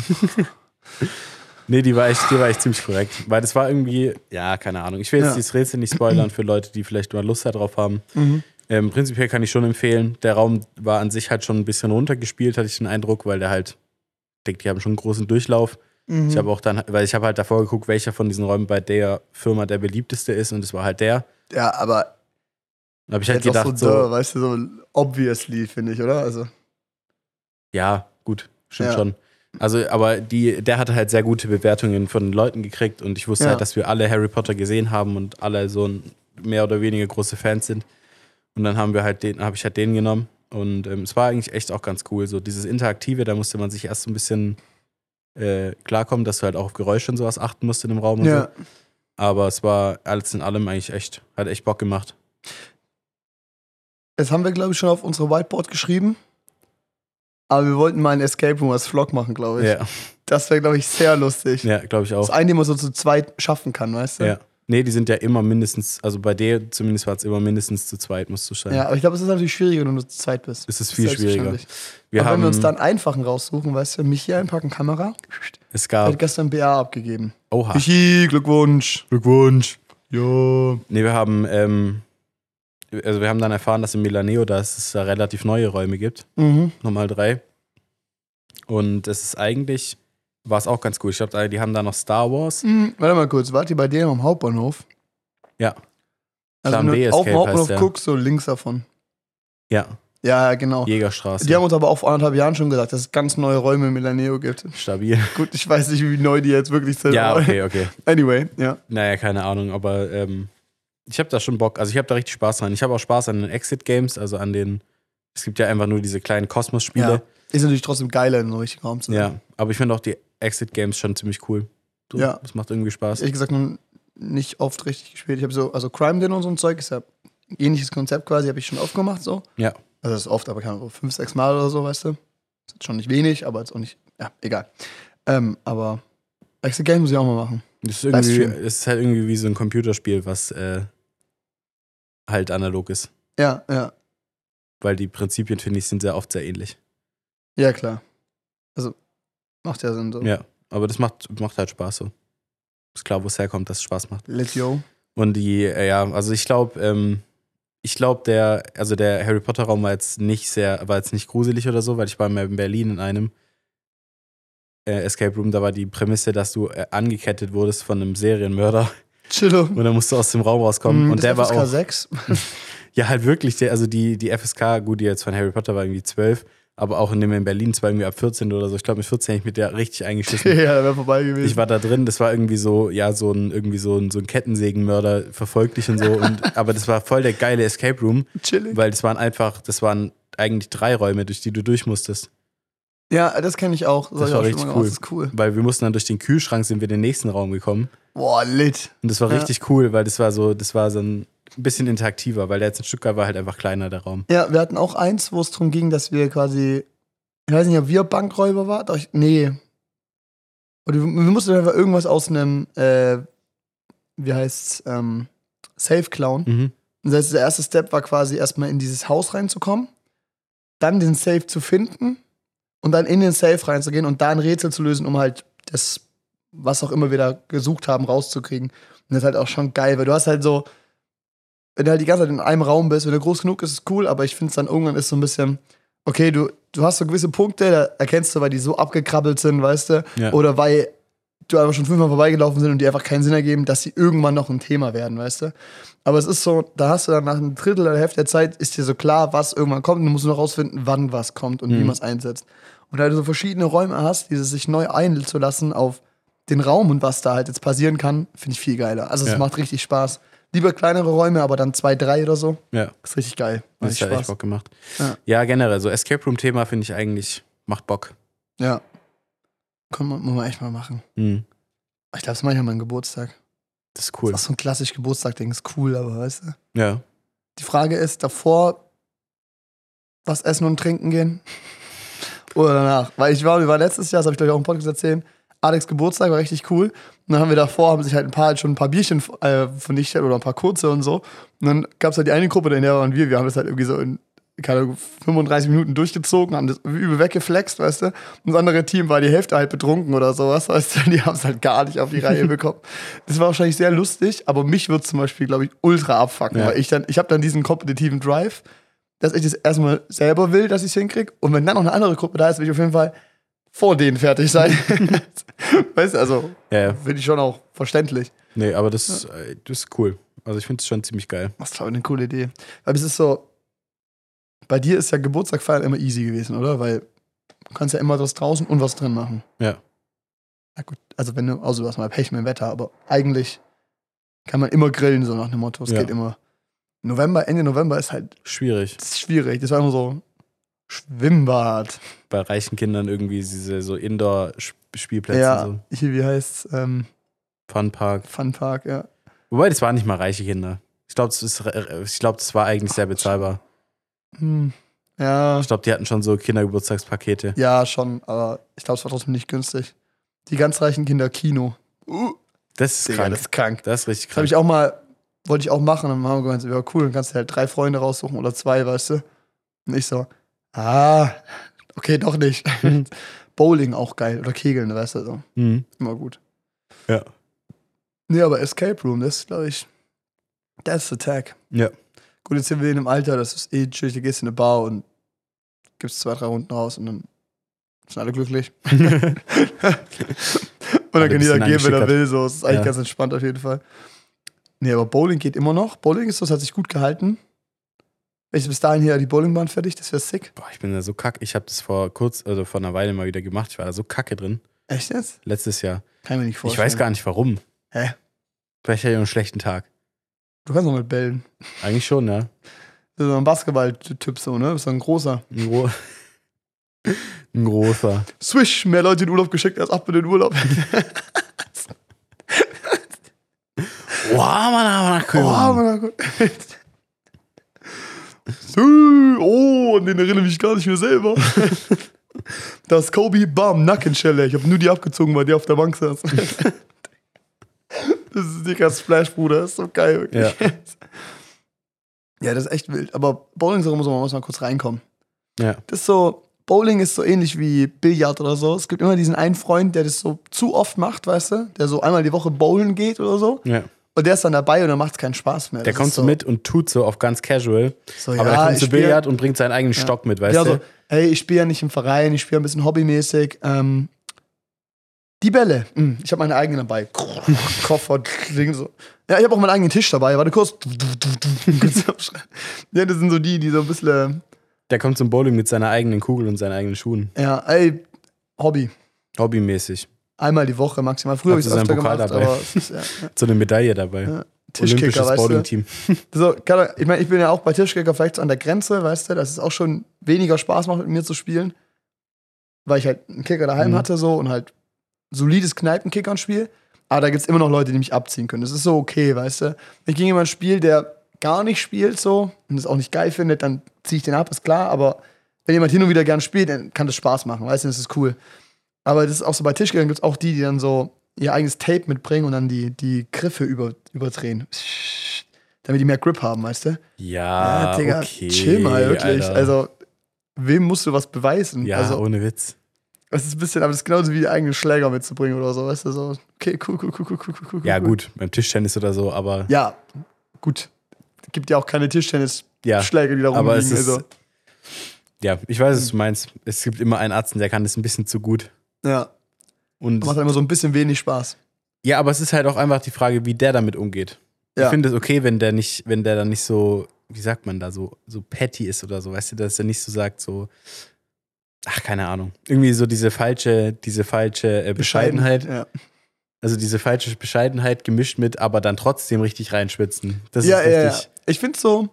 Nee, die war echt ziemlich korrekt. Weil das war irgendwie, ja, keine Ahnung. Ich will jetzt dieses Rätsel nicht spoilern für Leute, die vielleicht mal Lust darauf haben. Prinzipiell kann ich schon empfehlen. Der Raum war an sich halt schon ein bisschen runtergespielt, hatte ich den Eindruck, weil ich denke, die haben schon einen großen Durchlauf. Ich habe auch ich habe halt davor geguckt, welcher von diesen Räumen bei der Firma der beliebteste ist und es war halt der. Ja, aber Da habe ich halt gedacht, weißt du, so obviously, finde ich, oder? Also. Ja, gut, stimmt schon. Also, aber der hatte halt sehr gute Bewertungen von den Leuten gekriegt und ich wusste halt, dass wir alle Harry Potter gesehen haben und alle so mehr oder weniger große Fans sind. Und dann habe ich halt den genommen und es war eigentlich echt auch ganz cool. So dieses Interaktive, da musste man sich erst so ein bisschen klarkommen, dass du halt auch auf Geräusche und sowas achten musst in dem Raum und so. Aber es war alles in allem eigentlich hat echt Bock gemacht. Das haben wir, glaube ich, schon auf unsere Whiteboard geschrieben. Aber wir wollten mal ein Escape Room als Vlog machen, glaube ich. Ja. Das wäre, glaube ich, sehr lustig. Ja, glaube ich auch. Das eine, den man so zu zweit schaffen kann, weißt du? Ja. Nee, die sind ja immer mindestens, also bei dir zumindest war es immer mindestens zu zweit, musst du sein. Ja, aber ich glaube, es ist natürlich schwieriger, wenn du nur zu zweit bist. Es ist viel schwieriger. Aber wenn wir uns dann einfachen raussuchen, weißt du, mich hier einpacken, Kamera. Es Er gab. hat gestern BA abgegeben. Oha. Michi, Glückwunsch. Glückwunsch. Ja. Nee, wir haben dann erfahren, dass in Milaneo, dass es da relativ neue Räume gibt. Mhm. Nochmal 3. Und es ist eigentlich, war es auch ganz cool. Ich glaube, die haben da noch Star Wars. Warte mal kurz, wart ihr bei denen am Hauptbahnhof? Ja. Also Plan wenn B du auf dem Escape Hauptbahnhof heißt der. guckst, so links davon. Ja, Ja, genau. Jägerstraße. Die haben uns aber auch vor 1,5 Jahren schon gesagt, dass es ganz neue Räume in Milaneo gibt. Stabil. Gut, ich weiß nicht, wie neu die jetzt wirklich sind. Ja, aber- okay. Anyway, ja. Naja, keine Ahnung, aber ich habe da schon Bock. Also ich habe da richtig Spaß dran. Ich habe auch Spaß an den Exit-Games, also an den, es gibt ja einfach nur diese kleinen Kosmos-Spiele. Ja. Ist natürlich trotzdem geiler, in so einem richtigen Raum zu sein. Ja, aber ich finde auch die Exit-Games schon ziemlich cool. Ja. Das macht irgendwie Spaß. Ehrlich gesagt, noch nicht oft richtig gespielt. Ich habe so, also Crime Den und so ein Zeug ist ja ein ähnliches Konzept quasi, habe ich schon oft gemacht so. Ja. Also das ist oft, aber keine Ahnung, 5, 6 Mal oder so, weißt du. Ist jetzt schon nicht wenig, aber jetzt auch nicht, ja, egal. Aber Exit Game muss ich auch mal machen. Das ist irgendwie, Livestream. es ist halt irgendwie wie so ein Computerspiel, was halt analog ist. Ja. Weil die Prinzipien, finde ich, sind sehr oft sehr ähnlich. Ja, klar. Also, macht ja Sinn so. Ja, aber das macht halt Spaß so. Ist klar, wo es herkommt, dass es Spaß macht. Let's go. Und also ich glaube, der Harry Potter Raum war jetzt nicht gruselig oder so, weil ich war mal in Berlin in einem Escape Room, da war die Prämisse, dass du angekettet wurdest von einem Serienmörder Chillo. und dann musst du aus dem Raum rauskommen. Und der war FSK auch, 6. ja halt wirklich, die FSK, gut, die jetzt von Harry Potter war irgendwie 12, aber auch in Berlin, es war irgendwie ab 14 oder so. Ich glaube, mit 14 hätte ich mit der richtig eingeschissen. Ja, da wäre vorbei gewesen. Ich war da drin, das war irgendwie so, ja, so ein Kettensägenmörder verfolgt dich und so. Aber das war voll der geile Escape Room, Chillig. weil das waren eigentlich 3 Räume, durch die du durch musstest. Ja, das kenne ich auch. Das war richtig cool. Das ist cool. Weil wir mussten dann durch den Kühlschrank, sind wir in den nächsten Raum gekommen. Boah, lit. Und das war Ja. richtig cool, weil das war so ein bisschen interaktiver, weil der jetzt in Stuttgart war halt einfach kleiner, der Raum. Ja, wir hatten auch eins, wo es darum ging, dass wir quasi, ich weiß nicht, ob wir Bankräuber waren. Doch nee. Oder wir mussten einfach irgendwas aus einem, wie heißt's, Safe klauen. Mhm. Und das heißt, der erste Step war quasi erstmal in dieses Haus reinzukommen, dann den Safe zu finden und dann in den Safe reinzugehen und da ein Rätsel zu lösen, um halt das, was auch immer wir da gesucht haben, rauszukriegen. Und das ist halt auch schon geil, weil du hast halt so, wenn du halt die ganze Zeit in einem Raum bist, wenn du groß genug ist, ist es cool, aber ich finde es dann irgendwann ist so ein bisschen, okay, du hast so gewisse Punkte, da erkennst du, weil die so abgekrabbelt sind, weißt du, Ja. oder weil du einfach schon 5-mal vorbeigelaufen sind und die einfach keinen Sinn ergeben, dass sie irgendwann noch ein Thema werden, weißt du. Aber es ist so, da hast du dann nach einem Drittel oder der Hälfte der Zeit, ist dir so klar, was irgendwann kommt und du musst nur rausfinden, wann was kommt und wie man es einsetzt. Und da du so verschiedene Räume hast, dieses sich neu einzulassen auf den Raum und was da halt jetzt passieren kann, finde ich viel geiler. Also es Ja. macht richtig Spaß. Lieber kleinere Räume, aber dann 2, 3 oder so. Ja, Ist richtig geil. Macht das richtig hat echt Spaß. Bock gemacht. Ja. Ja, generell, so Escape Room-Thema finde ich eigentlich, macht Bock. Ja. Muss man echt mal machen. Mhm. Ich glaube, das mache ich an meinem Geburtstag. Das ist cool. Das ist auch so ein klassisch Geburtstag-Ding, ist cool, aber weißt du. Ja. Die Frage ist, davor was essen und trinken gehen? Oder danach? Weil wir waren letztes Jahr, das habe ich glaube ich auch im Podcast erzählt, Alex Geburtstag war richtig cool. Und dann haben sich halt schon ein paar Bierchen vernichtet oder ein paar kurze und so. Und dann gab es halt die eine Gruppe, in der waren wir haben das halt irgendwie so in keine Ahnung, 35 Minuten durchgezogen, haben das übel weggeflext, weißt du. Und das andere Team war die Hälfte halt betrunken oder sowas, weißt du. Die haben es halt gar nicht auf die Reihe bekommen. Das war wahrscheinlich sehr lustig, aber mich würde zum Beispiel, glaube ich, ultra abfucken, Ja. weil ich habe dann diesen kompetitiven Drive, dass ich das erstmal selber will, dass ich es hinkriege. Und wenn dann noch eine andere Gruppe da ist, will ich auf jeden Fall vor denen fertig sein. Weißt du, also Ja. finde ich schon auch verständlich. Nee, aber das ist cool. Also ich finde es schon ziemlich geil. Das ist, glaube ich, eine coole Idee. Weil es ist so, bei dir ist ja Geburtstag feiern immer easy gewesen, oder? Weil du kannst ja immer was draußen und was drin machen. Ja. Na gut, also du hast mal Pech mit dem Wetter, aber eigentlich kann man immer grillen, so nach dem Motto. Es Ja. geht immer. Ende November ist halt Schwierig. das ist schwierig. Das war immer so Schwimmbad. Bei reichen Kindern irgendwie diese so Indoor-Spielplätze, Ja, so hier, wie heißt Funpark. Funpark, ja. Wobei, das waren nicht mal reiche Kinder. Ich glaube, das war eigentlich sehr bezahlbar. Ja. Ich glaube, die hatten schon so Kindergeburtstagspakete. Ja, schon, aber ich glaube, es war trotzdem nicht günstig. Die ganz reichen Kinder Kino. Das ist Digga, krank. das ist krank. Das ist richtig Das habe krank. ich auch mal, wollte ich auch machen. Und dann haben wir gemeint, ja cool, dann kannst du halt 3 Freunde raussuchen oder 2, weißt du. Und ich so, okay, doch nicht. Bowling auch geil oder Kegeln, weißt du, so. Mhm. Immer gut. Ja. Nee, aber Escape Room, das ist, glaube ich, that's the tag. Ja. Gut, jetzt sind wir in einem Alter, das ist chillig, du gehst in eine Bar und gibst 2, 3 Runden raus und dann sind alle glücklich. Und dann Alle kann jeder bisschen gehen, wenn er angeschickert. will, so. Es ist eigentlich Ja. ganz entspannt auf jeden Fall. Nee, aber Bowling geht immer noch. Bowling ist so, das hat sich gut gehalten. Wenn ich bis dahin hier die Bowlingbahn fertig, das wäre sick. Boah, ich bin da so kacke. Ich habe das vor einer Weile mal wieder gemacht. Ich war da so kacke drin. Echt jetzt? Letztes Jahr. Kann ich mir nicht Ich vorstellen. weiß gar nicht warum. Hä? Vielleicht hatte ich einen schlechten Tag. Du kannst noch mit bellen. Eigentlich schon, ja. Das ist so ein Basketball-Typ so, ne? Du bist so ein großer. Ein großer. Swish, mehr Leute in Urlaub geschickt als ab in den Urlaub. Oh, Mann. Gut. An den erinnere ich mich gar nicht mehr selber. Das Kobe, bam, Nackenschelle. Ich habe nur die abgezogen, weil der auf der Bank saß. Das ist dicker Splash, Bruder. Das ist so geil, wirklich. Ja. Ja, das ist echt wild. Aber Bowling ist auch immer so, man muss mal kurz reinkommen. Ja. Das ist so, Bowling ist so ähnlich wie Billard oder so. Es gibt immer diesen einen Freund, der das so zu oft macht, weißt du? Der so einmal die Woche bowlen geht oder so. Ja. Und der ist dann dabei und dann macht es keinen Spaß mehr. Der Das kommt ist so mit und tut so auf ganz casual. So, aber ja, der kommt ich zu spiel- Billard und bringt seinen eigenen Stock mit, weißt Ja, du? so, hey, ich spiele ja nicht im Verein, ich spiele ein bisschen hobbymäßig. Die Bälle, ich habe meine eigenen dabei. Koffer, Ding so. Ja, ich habe auch meinen eigenen Tisch dabei. Warte kurz. Ja, das sind so die so ein bisschen. Der kommt zum Bowling mit seiner eigenen Kugel und seinen eigenen Schuhen. Ja, ey, Hobby. Hobbymäßig. Einmal die Woche maximal. Früher habe ich Hast es du öfter seinen Pokal gemacht, dabei? aber es ist, ja. So eine Medaille dabei. Ja. Tischkicker, Olympisches weißt du? Bowling-Team. So, ich meine, ich bin ja auch bei Tischkicker vielleicht so an der Grenze, weißt du, dass es auch schon weniger Spaß macht, mit mir zu spielen. Weil ich halt einen Kicker daheim hatte so und halt solides Kneipenkickern spiele. Aber da gibt es immer noch Leute, die mich abziehen können. Das ist so okay, weißt du. Wenn ich gegen jemanden spiele, der gar nicht spielt so und es auch nicht geil findet, dann ziehe ich den ab, ist klar. Aber wenn jemand hin und wieder gern spielt, dann kann das Spaß machen, weißt du, das ist cool. Aber das ist auch so bei Tischkickern gibt es auch die dann so ihr eigenes Tape mitbringen und dann die Griffe überdrehen. Damit die mehr Grip haben, weißt du? Ja, Digga, okay. chill mal, wirklich. Alter. Also, wem musst du was beweisen? Ja, also, ohne Witz. das ist ein bisschen, aber das ist genauso wie die eigenen Schläger mitzubringen oder so, weißt du? So, okay, cool. Ja, cool. gut, beim Tischtennis oder so, aber. Ja, gut. Gibt ja auch keine Tischtennis-Schläger, Ja, die da aber es rumliegen. ist, Also, ja, ich weiß, was du meinst. Es gibt immer einen Arzt, der kann das ein bisschen zu gut. ja, Und macht immer so ein bisschen wenig Spaß. ja, aber es ist halt auch einfach die Frage, wie der damit umgeht. Ja. Ich finde es okay, wenn der dann nicht so, wie sagt man da, so petty ist oder so, weißt du, dass er nicht so sagt, so, ach, keine Ahnung. Irgendwie so diese falsche Bescheidenheit. Ja, Also diese falsche Bescheidenheit gemischt mit, aber dann trotzdem richtig reinschwitzen. Das ja, ist ja. richtig. Ich finde so,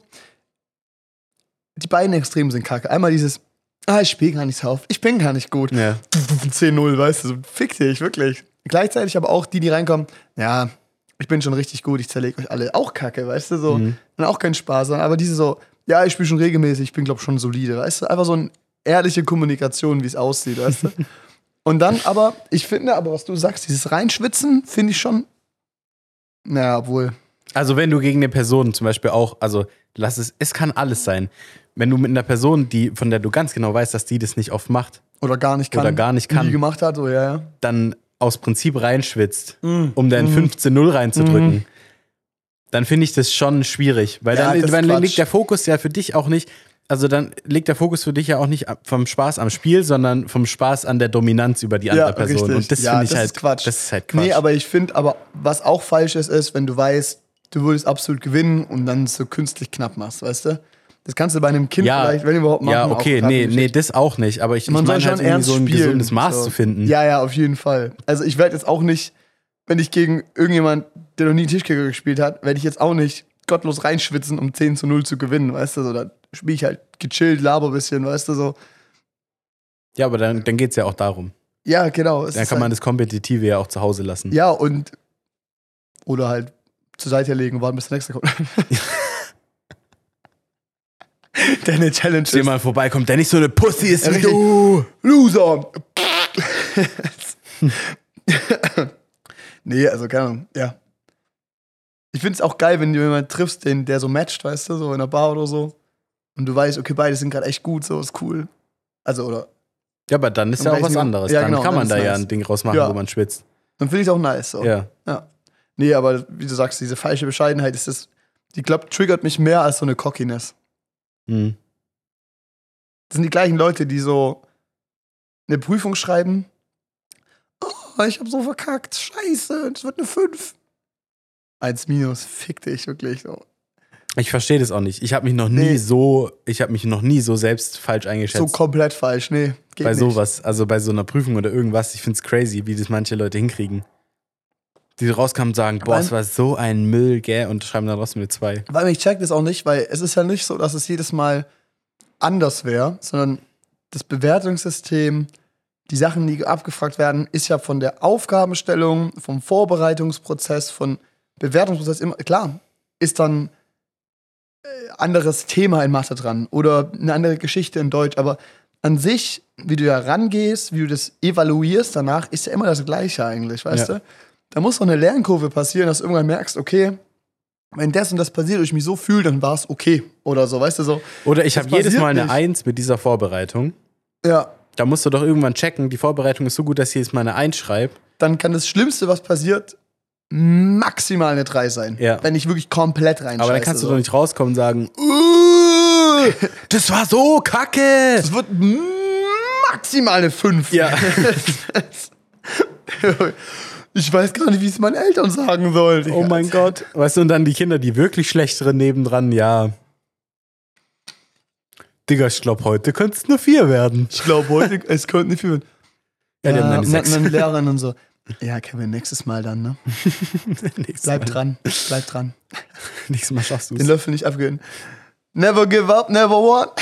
die beiden Extremen sind kacke. Einmal dieses, ich spiele gar nicht so auf, ich bin gar nicht gut. Ja. 10-0, weißt du, so, fick dich, wirklich. Gleichzeitig aber auch die reinkommen, ja, ich bin schon richtig gut, ich zerlege euch alle. Auch kacke, weißt du, so. Und auch kein Spaß, aber diese so, ja, ich spiele schon regelmäßig, ich bin, glaube ich, schon solide, weißt du. Einfach so eine ehrliche Kommunikation, wie es aussieht, weißt du. Und dann aber, ich finde, aber was du sagst, dieses Reinschwitzen, finde ich schon, naja, obwohl. Also wenn du gegen eine Person zum Beispiel auch, also es kann alles sein. Wenn du mit einer Person, von der du ganz genau weißt, dass die das nicht oft macht, Oder gar nicht kann. Nie gemacht hat, so, ja. dann aus Prinzip reinschwitzt, um dann 15-0 reinzudrücken, dann finde ich das schon schwierig. Weil Ja, dann Quatsch. liegt der Fokus ja für dich auch nicht, also dann liegt der Fokus für dich ja auch nicht vom Spaß am Spiel, sondern vom Spaß an der Dominanz über die andere Person. Richtig. Und das Ja, finde ich das halt ist Quatsch. Das ist halt Quatsch. Nee, aber ich finde, was auch falsch ist, wenn du weißt, du würdest absolut gewinnen und dann so künstlich knapp machst, weißt du? Das kannst du bei einem Kind vielleicht, wenn überhaupt, machen. Ja, okay, auch nee, das auch nicht. Aber ich Man soll meine schon halt irgendwie ernst so ein spielen, gesundes Maß so. zu finden. Ja, auf jeden Fall. Also ich werde jetzt auch nicht, wenn ich gegen irgendjemand, der noch nie Tischkicker gespielt hat, werde ich jetzt auch nicht gottlos reinschwitzen, um 10-0 zu gewinnen, weißt du? So, da spiele ich halt gechillt, laber ein bisschen, weißt du, so. Ja, aber dann geht es ja auch darum. Ja, genau. Dann kann man das Kompetitive ja auch zu Hause lassen. Ja, oder halt zur Seite legen und warten, bis der nächste kommt. der eine Challenge Dass jemand vorbeikommt, der nicht so eine Pussy ist wie Richtig. du. Loser! Nee, also keine Ahnung, ja. Ich find's auch geil, wenn du jemanden triffst, der so matcht, weißt du, so in der Bar oder so. Und du weißt, okay, beide sind gerade echt gut, so ist cool. Also, oder. Ja, aber dann ist ja auch was anderes. Ja, Dann genau, kann man dann da ist ja nice. ein Ding rausmachen, Ja. wo man schwitzt. Dann finde ich auch nice. So. Ja. Nee, aber wie du sagst, diese falsche Bescheidenheit ist das, die glaube triggert mich mehr als so eine Cockiness. Mhm. Das sind die gleichen Leute, die so eine Prüfung schreiben. Oh, ich hab so verkackt. Scheiße, das wird eine 5. 1-, fick dich wirklich so. Ich verstehe das auch nicht. Ich habe mich noch nie so selbst falsch eingeschätzt. So komplett falsch, nee. Geht bei nicht. sowas, also bei so einer Prüfung oder irgendwas. Ich find's crazy, wie das manche Leute hinkriegen. Die rauskommen und sagen, boah, es war so ein Müll, gell, und schreiben dann trotzdem eine 2. Weil ich check das auch nicht, weil es ist ja nicht so, dass es jedes Mal anders wäre, sondern das Bewertungssystem, die Sachen, die abgefragt werden, ist ja von der Aufgabenstellung, vom Vorbereitungsprozess, von Bewertungsprozess immer, klar, ist dann anderes Thema in Mathe dran oder eine andere Geschichte in Deutsch, aber an sich, wie du da rangehst, wie du das evaluierst danach, ist ja immer das Gleiche eigentlich, weißt du? Da muss doch eine Lernkurve passieren, dass du irgendwann merkst, okay, wenn das und das passiert und ich mich so fühle, dann war es okay oder so, weißt du so. Oder ich Das habe jedes passiert Mal eine nicht. 1 mit dieser Vorbereitung. Ja, Da musst du doch irgendwann checken, die Vorbereitung ist so gut, dass ich jedes Mal eine 1 schreibe. dann kann das Schlimmste, was passiert, maximal eine 3 sein. Ja. Wenn ich wirklich komplett reinscheiße. Aber dann kannst du so. doch nicht rauskommen und sagen, das war so kacke. Das wird maximal eine 5. Ja. Ich weiß gar nicht, wie ich es meinen Eltern sagen soll. Oh mein Gott. Weißt du, und dann die Kinder, die wirklich schlechteren nebendran, ja. Digga, ich glaube, heute könnte es nur 4 werden. Ich glaube heute, es könnte nicht viel werden. Ja, die haben dann und die 6. dann Lehrerin und so. Ja, Kevin, nächstes Mal dann, ne? Bleib dran. Nächstes Mal schaffst du Den es. Löffel nicht abgeben. Never give up, never what?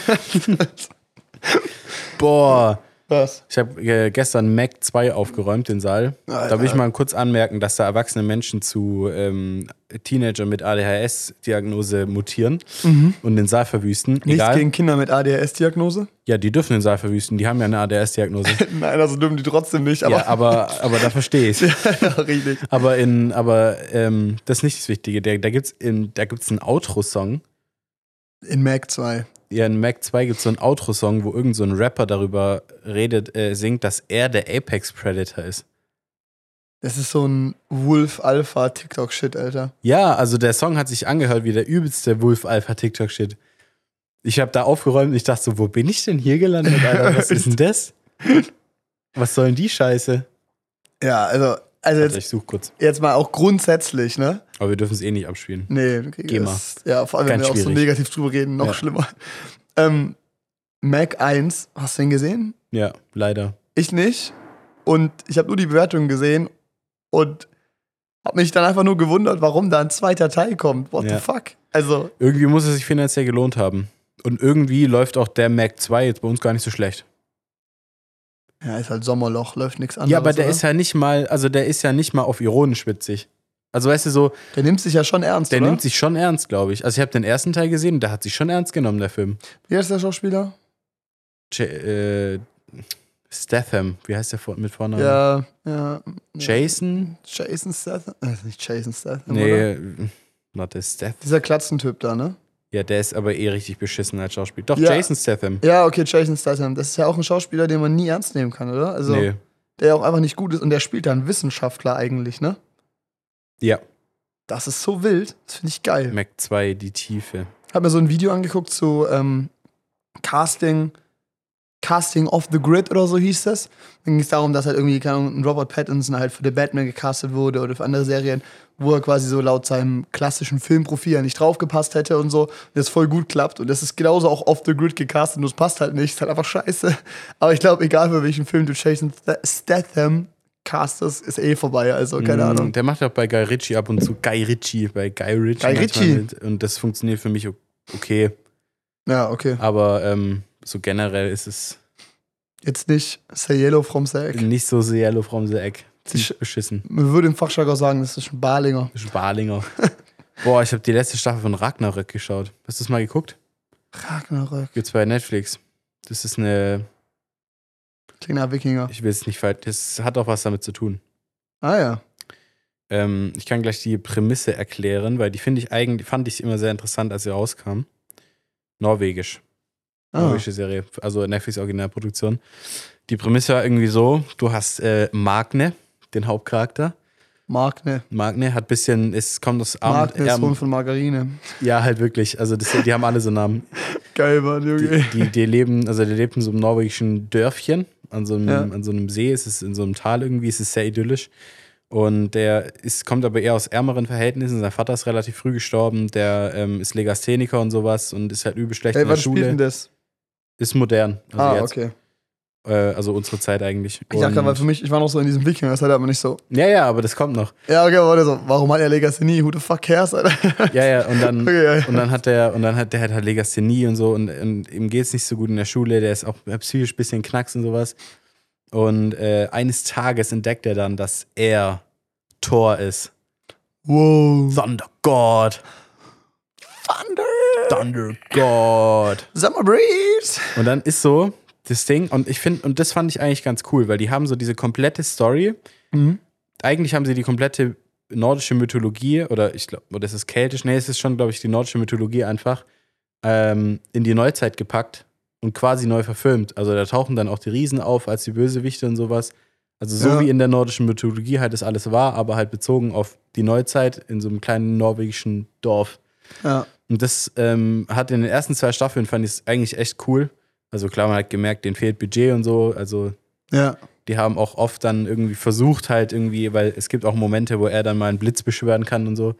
Boah. Was? Ich habe gestern Mac 2 aufgeräumt, den Saal. Alter. Da will ich mal kurz anmerken, dass da erwachsene Menschen zu Teenager mit ADHS-Diagnose mutieren und den Saal verwüsten. Nichts Egal. gegen Kinder mit ADHS-Diagnose? Ja, die dürfen den Saal verwüsten. Die haben ja eine ADHS-Diagnose. Nein, also dürfen die trotzdem nicht, aber. Ja, aber da verstehe ich Ja, richtig. Aber das ist nicht das Wichtige. Da gibt's einen Outro-Song. In Mac 2. Ja, in Mac 2 gibt es so einen Outro-Song, wo irgend so ein Rapper darüber singt, dass er der Apex Predator ist. Das ist so ein Wolf-Alpha-TikTok-Shit, Alter. Ja, also der Song hat sich angehört wie der übelste Wolf-Alpha-TikTok-Shit. Ich habe da aufgeräumt und ich dachte so, wo bin ich denn hier gelandet, Alter? Was ist denn das? Was soll denn die Scheiße? Ja, also Warte, ich suche kurz. jetzt mal auch grundsätzlich, ne? Aber wir dürfen es eh nicht abspielen. Nee, Geh mal. Ja, vor allem, wenn Ganz wir auch so schwierig. negativ drüber reden, noch Ja. schlimmer. Mac 1, hast du den gesehen? Ja, leider. Ich nicht. Und ich habe nur die Bewertungen gesehen und habe mich dann einfach nur gewundert, warum da ein zweiter Teil kommt. What Ja. the fuck? Also, Irgendwie muss es sich finanziell gelohnt haben. Und irgendwie läuft auch der Mac 2 jetzt bei uns gar nicht so schlecht. ja, ist halt Sommerloch, läuft nichts anderes. Ja, aber der oder? ist ja nicht mal, auf ironisch witzig. Also weißt du so, Der nimmt sich ja schon ernst, der oder? nimmt sich schon ernst, glaube ich. Also ich habe den ersten Teil gesehen und der hat sich schon ernst genommen, der Film. Wie heißt der Schauspieler? Statham, wie heißt der mit Vornamen? Ja. Jason? Jason Statham? Nicht Jason Statham, oder? Nee, warte, Statham. Dieser Klatzentyp da, ne? Ja, der ist aber eh richtig beschissen als Schauspieler. Doch, Ja. Jason Statham. Ja, okay, Jason Statham. Das ist ja auch ein Schauspieler, den man nie ernst nehmen kann, oder? Also, Nee. der auch einfach nicht gut ist und der spielt da einen Wissenschaftler eigentlich, ne? Ja, Das ist so wild. Das finde ich geil. Mac 2, die Tiefe. Hab mir so ein Video angeguckt zu Casting off the Grid oder so hieß das. Dann ging es darum, dass halt irgendwie, keine Ahnung, ein Robert Pattinson halt für The Batman gecastet wurde oder für andere Serien, wo er quasi so laut seinem klassischen Filmprofil ja nicht draufgepasst hätte und so. Und das voll gut klappt. Und das ist genauso auch off the Grid gecastet und das passt halt nicht. Ist halt einfach scheiße. Aber ich glaube, egal für welchen Film du Jason Statham castest, ist eh vorbei. Also, keine Ahnung. Der macht auch bei Guy Ritchie ab und zu Guy Ritchie Guy manchmal Ritchie? mit. Und das funktioniert für mich okay. Ja, okay. Aber so generell ist es Jetzt nicht Say Yellow from the Egg. nicht so sehr Yellow from the Egg. Ziemlich Ich- beschissen. Man würde im Fachjargon sagen, das ist ein Barlinger. Sparlinger. Boah, ich habe die letzte Staffel von Ragnarök geschaut. Hast du das mal geguckt? Ragnarök. Gibt's bei Netflix. Das ist eine. Klingt nach Wikinger. Ich will es nicht falsch. Das hat auch was damit zu tun. Ah ja. Ich kann gleich die Prämisse erklären, weil die fand ich immer sehr interessant, als sie rauskam. Norwegisch. Norwegische Serie, also Netflix Originalproduktion. Die Prämisse war irgendwie so: Du hast Magne, den Hauptcharakter. Magne hat bisschen, es kommt aus Magne ist Sohn von Margarine. Ja, halt wirklich. Also die haben alle so Namen. Geil, Mann, Junge. Die leben, also der lebt in so einem norwegischen Dörfchen an so einem See, es ist in so einem Tal irgendwie, es ist sehr idyllisch. Und kommt aber eher aus ärmeren Verhältnissen. Sein Vater ist relativ früh gestorben, der ist Legastheniker und sowas und ist halt übel schlecht in der Schule. Spielt denn das? Ist modern. Also jetzt. Okay. Also unsere Zeit eigentlich. Ich dachte, weil für mich, ich war noch so in diesem Wikinger, das hat aber nicht so. Ja, aber das kommt noch. Ja, okay, aber so, warum hat er Legasthenie? Who the fuck cares, Alter? Ja, und dann, okay, und dann hat der halt Legasthenie und so und ihm geht's nicht so gut in der Schule, der ist auch psychisch ein bisschen knacks und sowas. Und eines Tages entdeckt er dann, dass er Thor ist. Wow. Thunder God. Thunder God. Summer Breeze. Und dann ist so das Ding, und das fand ich eigentlich ganz cool, weil die haben so diese komplette Story. Mhm. Eigentlich haben sie die komplette nordische Mythologie, oder ich glaube, oder ist es keltisch? Nee, es ist schon, glaube ich, die nordische Mythologie einfach in die Neuzeit gepackt und quasi neu verfilmt. Also da tauchen dann auch die Riesen auf als die Bösewichte und sowas. Also so wie in der nordischen Mythologie halt das alles war, aber halt bezogen auf die Neuzeit in so einem kleinen norwegischen Dorf. Ja. Und das hat in den ersten 2 Staffeln, fand ich es eigentlich echt cool. Also klar, man hat gemerkt, denen fehlt Budget und so. Also die haben auch oft dann irgendwie versucht halt irgendwie, weil es gibt auch Momente, wo er dann mal einen Blitz beschwören kann und so.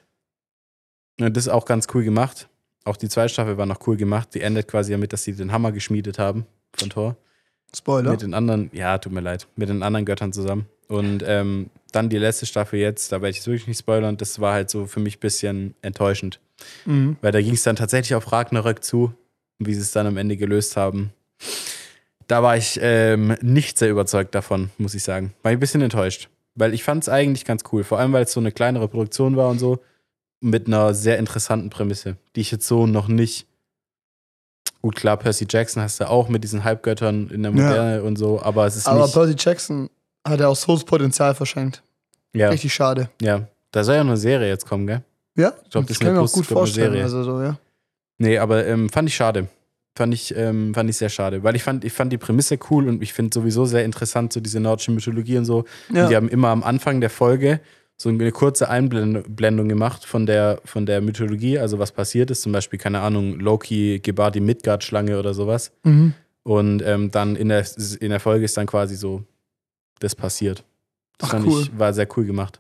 Und das ist auch ganz cool gemacht. Auch die 2. Staffel war noch cool gemacht. Die endet quasi damit, dass sie den Hammer geschmiedet haben von Thor. Spoiler. Mit den anderen, ja, tut mir leid, mit den anderen Göttern zusammen. Und dann die letzte Staffel jetzt, da werde ich es wirklich nicht spoilern, das war halt so für mich ein bisschen enttäuschend. Mhm. Weil da ging es dann tatsächlich auf Ragnarök zu, wie sie es dann am Ende gelöst haben. Da war ich nicht sehr überzeugt davon, muss ich sagen. War ich ein bisschen enttäuscht. Weil ich fand es eigentlich ganz cool, vor allem weil es so eine kleinere Produktion war und so, mit einer sehr interessanten Prämisse, die ich jetzt so noch nicht. Gut, klar, Percy Jackson hast du auch mit diesen Halbgöttern in der Moderne und so, aber es ist nicht. Aber Percy Jackson hat ja auch so das Potenzial verschenkt. Ja. Richtig schade. Ja, da soll ja eine Serie jetzt kommen, gell? Ja, ich glaube, das kann mir auch gut vorstellen. Serie. Also so, ja. Nee, aber fand ich schade. Fand ich sehr schade, weil ich fand die Prämisse cool und ich finde sowieso sehr interessant, so diese nordische Mythologie und so. Ja. Und die haben immer am Anfang der Folge so eine kurze Einblendung gemacht von der Mythologie, also was passiert ist. Zum Beispiel, keine Ahnung, Loki gebar die Midgard-Schlange oder sowas. Mhm. Und dann in der Folge ist dann quasi so das passiert. Das Ach, fand cool. ich, war sehr cool gemacht.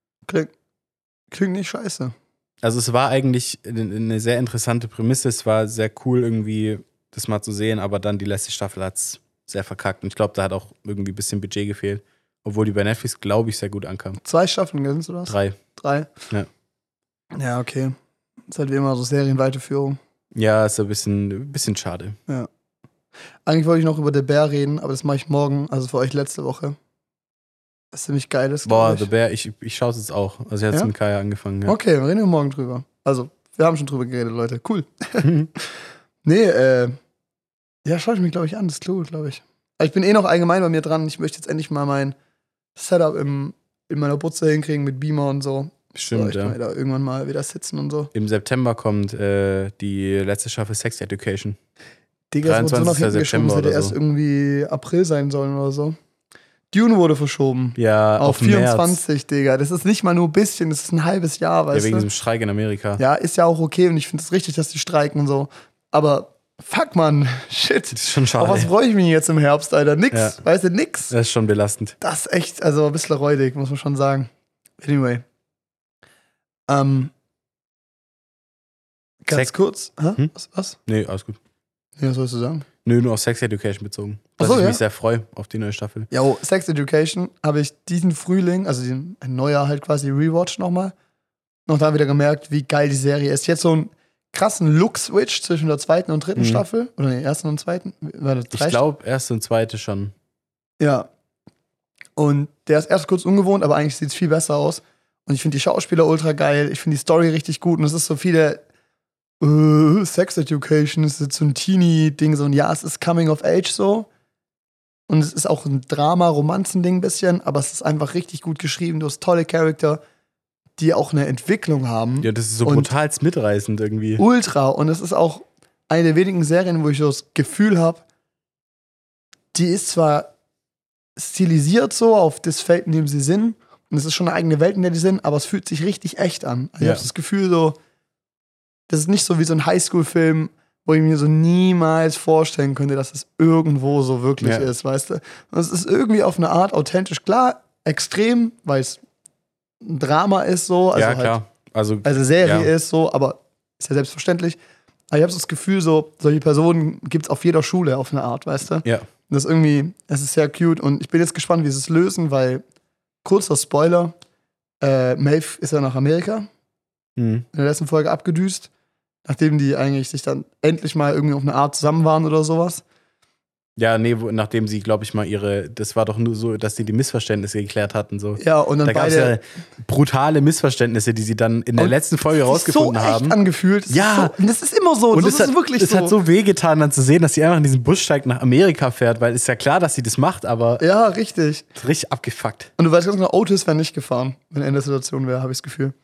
Klingt nicht scheiße. Also es war eigentlich eine sehr interessante Prämisse. Es war sehr cool irgendwie, das mal zu sehen, aber dann die letzte Staffel hat es sehr verkackt. Und ich glaube, da hat auch irgendwie ein bisschen Budget gefehlt. Obwohl die bei Netflix, glaube ich, sehr gut ankam. 2 Staffeln, kennst du das? 3. 3? Ja. Ja, okay. Ist halt wie immer so Serienweiterführung. Ja, ist ein bisschen schade. Ja. Eigentlich wollte ich noch über The Bear reden, aber das mache ich morgen, also für euch letzte Woche. Das ist ziemlich geiles. Boah, The Bear, ich schaue es jetzt auch. Also ich habe mit Kaya angefangen. Ja. Okay, wir reden morgen drüber. Also, wir haben schon drüber geredet, Leute. Cool. Nee, ja, schaue ich mir, glaube ich, an. Das ist cool, glaube ich. Aber ich bin noch allgemein bei mir dran. Ich möchte jetzt endlich mal mein Setup in meiner Butze hinkriegen mit Beamer und so. Stimmt, ja. Da irgendwann mal wieder sitzen und so. Im September kommt die letzte Staffel Sex Education. Digga, es wurde so nach hinten geschoben, es hätte erst irgendwie April sein sollen oder so. Dune wurde verschoben. Ja, auf 24, März. Digga. Das ist nicht mal nur ein bisschen, das ist ein halbes Jahr, weißt du? Ja, wegen diesem Streik in Amerika. Ja, ist ja auch okay und ich finde es richtig, dass die streiken und so. Aber fuck, Mann, shit. Das ist schon schade. Auf was freue ich mich jetzt im Herbst, Alter? Nix, ja. Weißt du, nix. Das ist schon belastend. Das ist echt, also ein bisschen räudig, muss man schon sagen. Anyway. Ganz kurz. Was? Nee, alles gut. Ja, was sollst du sagen? Nö, nur auf Sex Education bezogen. Dass ich mich sehr freue auf die neue Staffel. Ja, Sex Education habe ich diesen Frühling, also ein Neujahr halt quasi rewatcht nochmal. Noch da wieder gemerkt, wie geil die Serie ist. Jetzt so einen krassen Look-Switch zwischen der 2. und 3. Staffel. Oder der 1. und 2. Ich glaube, 1. und 2. schon. Ja. Und der ist erst kurz ungewohnt, aber eigentlich sieht es viel besser aus. Und ich finde die Schauspieler ultra geil. Ich finde die Story richtig gut. Und es ist so viele Sex Education ist jetzt so ein Teenie-Ding, so ein ja, es ist Coming of Age so. Und es ist auch ein Drama-Romanzen-Ding ein bisschen, aber es ist einfach richtig gut geschrieben. Du hast tolle Charakter, die auch eine Entwicklung haben. Ja, das ist so brutalst mitreißend irgendwie. Ultra. Und es ist auch eine der wenigen Serien, wo ich so das Gefühl habe, die ist zwar stilisiert so auf das Feld, in dem sie sind. Und es ist schon eine eigene Welt, in der die sind, aber es fühlt sich richtig echt an. Also ich habe das Gefühl so, das ist nicht so wie so ein Highschool-Film, wo ich mir so niemals vorstellen könnte, dass es irgendwo so wirklich ist, weißt du? Und es ist irgendwie auf eine Art authentisch. Klar, extrem, weil es ein Drama ist so. Also ja, klar. Also Serie ist so, aber ist ja selbstverständlich. Aber ich habe so das Gefühl, so solche Personen gibt es auf jeder Schule auf eine Art, weißt du? Ja. Und das ist irgendwie, es ist sehr cute. Und ich bin jetzt gespannt, wie sie es lösen, weil, kurzer Spoiler, Maeve ist ja nach Amerika in der letzten Folge abgedüst. Nachdem die eigentlich sich dann endlich mal irgendwie auf eine Art zusammen waren oder sowas. Ja, nee, nachdem sie, glaube ich, mal das war doch nur so, dass sie die Missverständnisse geklärt hatten. So. Ja, und dann da gab es ja brutale Missverständnisse, die sie dann in der letzten Folge rausgefunden haben. Das ist so echt angefühlt. Das ist immer so. Und das ist wirklich so. Es hat so wehgetan, dann zu sehen, dass sie einfach in diesen Bus steigt, nach Amerika fährt, weil ist ja klar, dass sie das macht, aber. Ja, richtig. Ist richtig abgefuckt. Und du weißt ganz genau, Otis wäre nicht gefahren, wenn er in der Situation wäre, habe ich das Gefühl.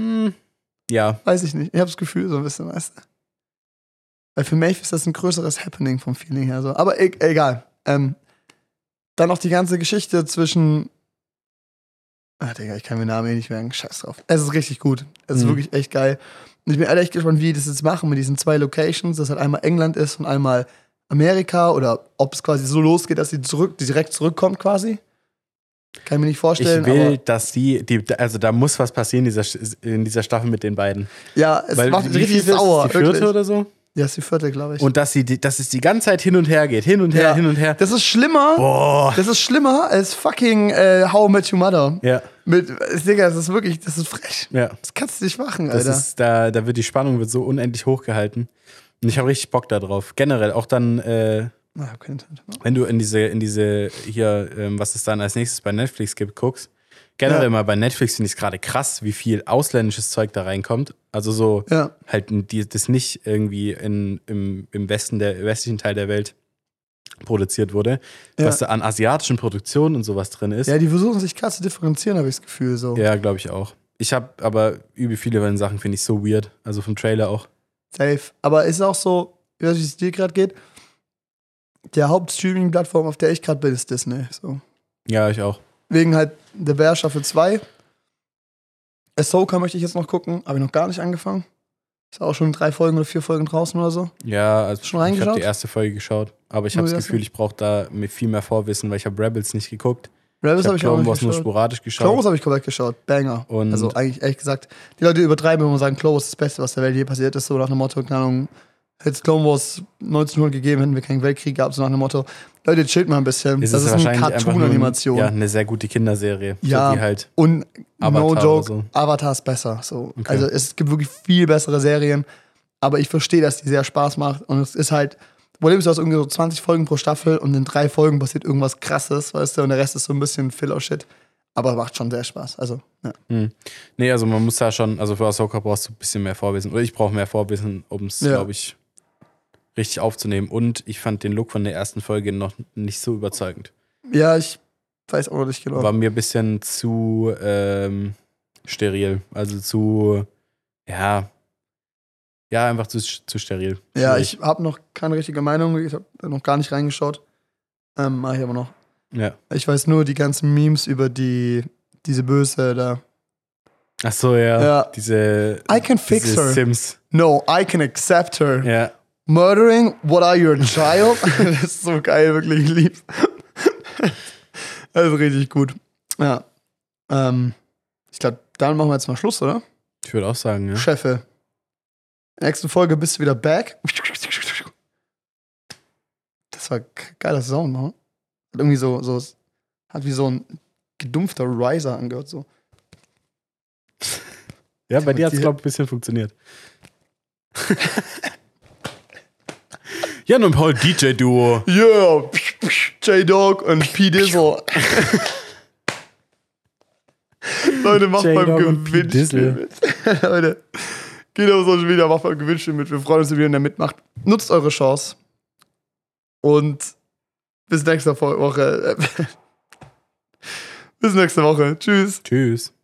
Ja. Weiß ich nicht. Ich habe das Gefühl, so ein bisschen, weißt du. Weil für Maeve ist das ein größeres Happening vom Feeling her. So. Aber egal. Dann noch die ganze Geschichte zwischen. Digga, ich kann mir den Namen nicht merken. Scheiß drauf. Es ist richtig gut. Es ist wirklich echt geil. Und ich bin echt gespannt, wie die das jetzt machen mit diesen 2 Locations, dass halt einmal England ist und einmal Amerika oder ob es quasi so losgeht, dass sie direkt zurückkommt quasi. Kann ich mir nicht vorstellen. Ich will, dass also da muss was passieren in dieser Staffel mit den beiden. Ja, es macht richtig sauer. Die 4. oder so? Ja, ist die 4., glaube ich. Und dass es die ganze Zeit hin und her geht. Hin und her, hin und her. Das ist schlimmer. Boah. Das ist schlimmer als fucking How I Met Your Mother. Ja. Digga, das ist frech. Ja. Das kannst du nicht machen, Alter. Da wird die Spannung so unendlich hochgehalten. Und ich habe richtig Bock da drauf. Generell auch dann, wenn du in diese hier, was es dann als nächstes bei Netflix gibt, guckst. Generell mal bei Netflix finde ich es gerade krass, wie viel ausländisches Zeug da reinkommt. Also so halt das nicht irgendwie im westlichen Teil der Welt produziert wurde, was da an asiatischen Produktionen und sowas drin ist. Ja, die versuchen sich krass zu differenzieren, habe ich das Gefühl. So. Ja, glaube ich auch. Ich habe aber übel viele von den Sachen, finde ich, so weird. Also vom Trailer auch. Safe. Aber ist auch so, ich weiß nicht, wie es dir gerade geht, der Hauptstreaming-Plattform, auf der ich gerade bin, ist Disney. So. Ja, ich auch. Wegen halt The Bear Staffel 2. Ahsoka möchte ich jetzt noch gucken, habe ich noch gar nicht angefangen. Ist auch schon 3 Folgen oder 4 Folgen draußen oder so. Ja, also schon reingeschaut? Ich habe die erste Folge geschaut, aber ich habe das Gefühl, ich brauche da viel mehr Vorwissen, weil ich habe Rebels nicht geguckt. Rebels habe ich auch nicht geschaut. nur sporadisch geschaut. Clone Wars habe ich komplett geschaut. Banger. Und also eigentlich ehrlich gesagt, die Leute übertreiben, wenn man sagen, Clone Wars ist das Beste, was der Welt je passiert ist. So nach dem Motto, keine Ahnung, hätte es Clone Wars 1900 gegeben, hätten wir keinen Weltkrieg gehabt. So nach dem Motto, Leute, chillt mal ein bisschen. Das ist eine Cartoon-Animation. Ja, eine sehr gute Kinderserie. Ja, so wie halt und Avatar no joke, so. Avatar ist besser. So. Okay. Also es gibt wirklich viel bessere Serien, aber ich verstehe, dass die sehr Spaß macht. Und es ist halt, Problem ist, du hast irgendwie so 20 Folgen pro Staffel und in 3 Folgen passiert irgendwas Krasses, weißt du, und der Rest ist so ein bisschen Filler-Shit. Aber macht schon sehr Spaß. Also, ja. Nee, also man muss da schon, also für Ahsoka brauchst du ein bisschen mehr Vorwissen. Oder ich brauche mehr Vorwissen, um es, glaube ich, richtig aufzunehmen. Und ich fand den Look von der ersten Folge noch nicht so überzeugend. Ja, ich weiß auch noch nicht genau. War mir ein bisschen zu steril. Also zu, einfach zu steril. Ja, ich habe noch keine richtige Meinung. Ich habe noch gar nicht reingeschaut. Mache ich aber noch. Ja. Ich weiß nur die ganzen Memes über diese Böse da. Ach so, ja. Diese I can fix diese her. Sims. No, I can accept her. Ja. Murdering? What are you, a child? Das ist so geil, wirklich, ich lieb's. Also richtig gut. Ja. Ich glaube, dann machen wir jetzt mal Schluss, oder? Ich würde auch sagen, ja. Chefe. In der nächsten Folge bist du wieder back. Das war geiler Sound, Mann. Hat irgendwie so, hat wie so ein gedumpfter Riser angehört, so. Ja, bei dir hat es, glaube ich, ein bisschen funktioniert. Jan und Paul DJ-Duo. Yeah, J-Dog und P. Dizzle. Leute, macht beim Gewinnspiel mit. Leute, Geht auf Social Media, macht mal Gewinnspiel mit. Wir freuen uns, wenn ihr mitmacht. Nutzt eure Chance. Und bis nächste Woche. Bis nächste Woche. Tschüss. Tschüss.